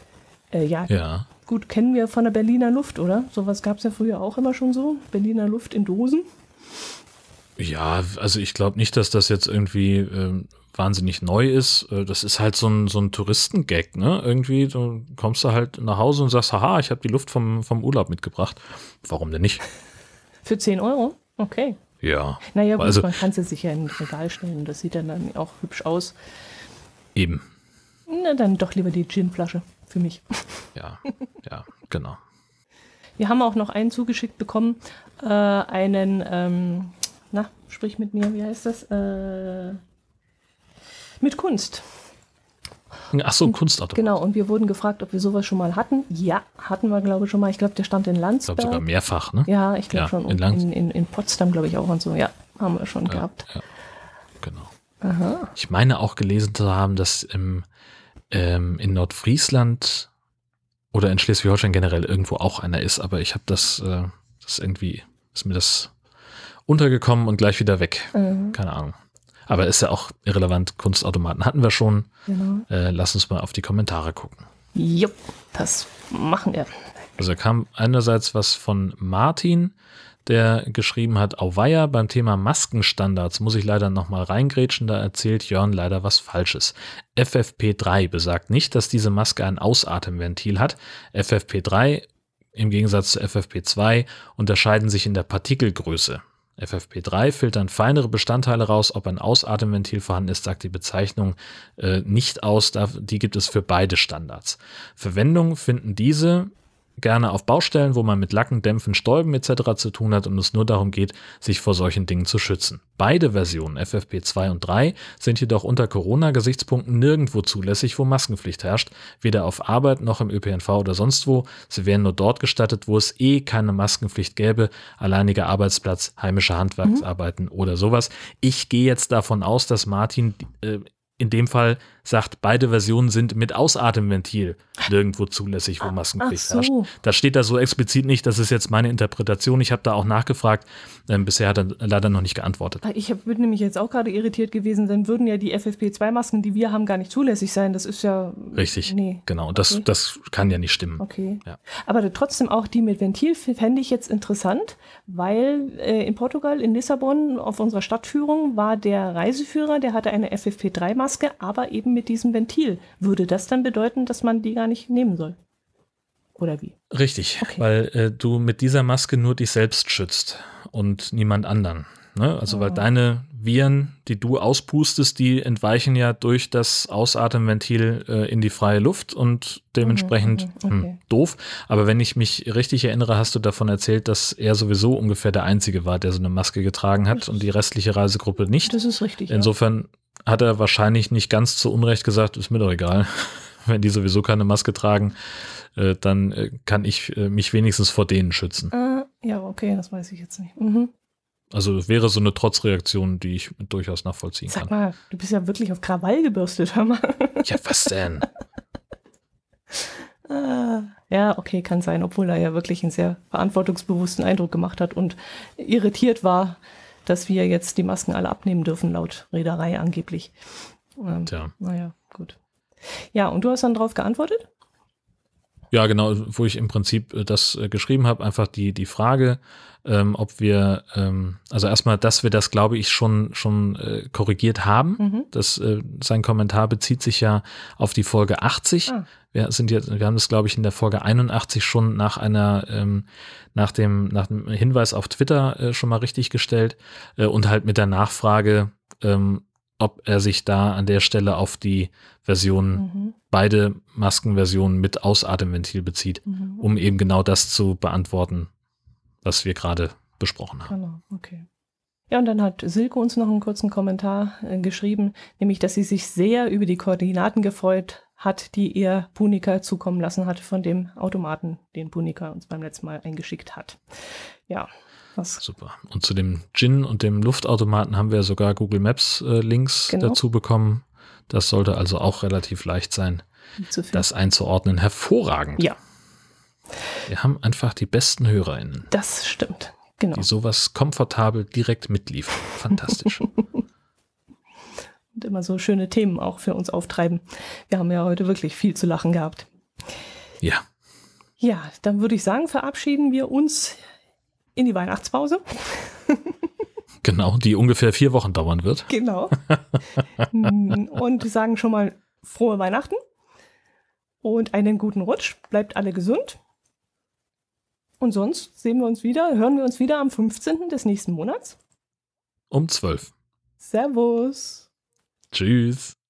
Gut, kennen wir von der Berliner Luft, oder? Sowas gab es ja früher auch immer schon so. Berliner Luft in Dosen. Ja, also ich glaube nicht, dass das jetzt irgendwie wahnsinnig neu ist. Das ist halt so ein Touristengag, ne? Irgendwie, du kommst da halt nach Hause und sagst, haha, ich habe die Luft vom Urlaub mitgebracht. Warum denn nicht? Für 10 €? Okay. Ja. Naja, gut, also, man kann sie sich ja in ein Regal stellen. Das sieht dann auch hübsch aus. Eben. Na, dann doch lieber die Ginflasche für mich. Ja, genau. Wir haben auch noch einen zugeschickt bekommen, sprich mit mir, wie heißt das? Mit Kunst. Ach so, Kunstautomat. Genau, und wir wurden gefragt, ob wir sowas schon mal hatten. Ja, hatten wir, glaube ich, schon mal. Ich glaube, der stand in Landsberg. Ich glaube sogar mehrfach, ne? Ja, ich glaube schon. In Potsdam, glaube ich, auch und so. Ja, haben wir schon gehabt. Ja, genau. Aha. Ich meine auch gelesen zu haben, dass in Nordfriesland oder in Schleswig-Holstein generell irgendwo auch einer ist, aber ich habe das irgendwie, ist mir das untergekommen und gleich wieder weg. Keine Ahnung. Aber ist ja auch irrelevant. Kunstautomaten hatten wir schon. Genau. Lass uns mal auf die Kommentare gucken. Jupp, das machen wir. Also kam einerseits was von Martin, der geschrieben hat, auweia, beim Thema Maskenstandards muss ich leider nochmal reingrätschen, da erzählt Jörn leider was Falsches. FFP3 besagt nicht, dass diese Maske ein Ausatemventil hat. FFP3 im Gegensatz zu FFP2 unterscheiden sich in der Partikelgröße. FFP3 filtern feinere Bestandteile raus, ob ein Ausatemventil vorhanden ist, sagt die Bezeichnung nicht aus, die gibt es für beide Standards. Verwendung finden diese gerne auf Baustellen, wo man mit Lacken, Dämpfen, Stäuben etc. zu tun hat und es nur darum geht, sich vor solchen Dingen zu schützen. Beide Versionen, FFP2 und 3, sind jedoch unter Corona-Gesichtspunkten nirgendwo zulässig, wo Maskenpflicht herrscht, weder auf Arbeit noch im ÖPNV oder sonst wo. Sie wären nur dort gestattet, wo es keine Maskenpflicht gäbe, alleiniger Arbeitsplatz, heimische Handwerksarbeiten oder sowas. Ich gehe jetzt davon aus, dass Martin in dem Fall sagt, beide Versionen sind mit Ausatemventil nirgendwo zulässig, wo Maskenpflicht herrscht. Das steht da so explizit nicht, das ist jetzt meine Interpretation. Ich habe da auch nachgefragt, bisher hat er leider noch nicht geantwortet. Ich bin nämlich jetzt auch gerade irritiert gewesen, dann würden ja die FFP2-Masken, die wir haben, gar nicht zulässig sein. Das ist ja... Richtig, nee. Genau. Und das kann ja nicht stimmen. Okay. Ja. Aber trotzdem auch die mit Ventil fände ich jetzt interessant, weil in Portugal, in Lissabon, auf unserer Stadtführung war der Reiseführer, der hatte eine FFP3-Maske, aber eben mit diesem Ventil. Würde das dann bedeuten, dass man die gar nicht nehmen soll? Oder wie? Richtig, okay. Weil du mit dieser Maske nur dich selbst schützt und niemand anderen. Ne? Also weil deine Viren, die du auspustest, die entweichen ja durch das Ausatemventil in die freie Luft und dementsprechend doof. Aber wenn ich mich richtig erinnere, hast du davon erzählt, dass er sowieso ungefähr der Einzige war, der so eine Maske getragen hat und die restliche Reisegruppe nicht. Das ist richtig. Insofern hat er wahrscheinlich nicht ganz zu Unrecht gesagt, ist mir doch egal. Wenn die sowieso keine Maske tragen, dann kann ich mich wenigstens vor denen schützen. Ja, okay, das weiß ich jetzt nicht. Also wäre so eine Trotzreaktion, die ich durchaus nachvollziehen kann. Sag mal, du bist ja wirklich auf Krawall gebürstet, hör mal. Ja, was denn? Ja, okay, kann sein, obwohl er ja wirklich einen sehr verantwortungsbewussten Eindruck gemacht hat und irritiert war, dass wir jetzt die Masken alle abnehmen dürfen, laut Reederei angeblich. Tja. Naja, gut. Ja, und du hast dann drauf geantwortet? Ja, genau, wo ich im Prinzip das geschrieben habe, einfach die Frage, ob wir, also erstmal, dass wir das, glaube ich, schon korrigiert haben. Sein Kommentar bezieht sich ja auf die Folge 80. Wir haben das, glaube ich, in der Folge 81 schon nach dem Hinweis auf Twitter schon mal richtig gestellt und halt mit der Nachfrage, ob er sich da an der Stelle auf die Version, beide Maskenversionen mit Ausatemventil bezieht, um eben genau das zu beantworten, was wir gerade besprochen haben. Genau, okay. Ja, und dann hat Silke uns noch einen kurzen Kommentar geschrieben, nämlich, dass sie sich sehr über die Koordinaten gefreut hat, die ihr Punika zukommen lassen hat von dem Automaten, den Punika uns beim letzten Mal eingeschickt hat. Ja. Super. Und zu dem Gin und dem Luftautomaten haben wir sogar Google Maps Links dazu bekommen. Das sollte also auch relativ leicht sein, das einzuordnen. Hervorragend. Ja. Wir haben einfach die besten HörerInnen. Das stimmt, genau. Die sowas komfortabel direkt mitliefern. Fantastisch. Und immer so schöne Themen auch für uns auftreiben. Wir haben ja heute wirklich viel zu lachen gehabt. Ja. Ja, dann würde ich sagen, verabschieden wir uns in die Weihnachtspause. Genau, die ungefähr 4 Wochen dauern wird. Genau. Und sagen schon mal frohe Weihnachten und einen guten Rutsch. Bleibt alle gesund. Und sonst hören wir uns wieder am 15. des nächsten Monats. Um 12. Servus. Tschüss.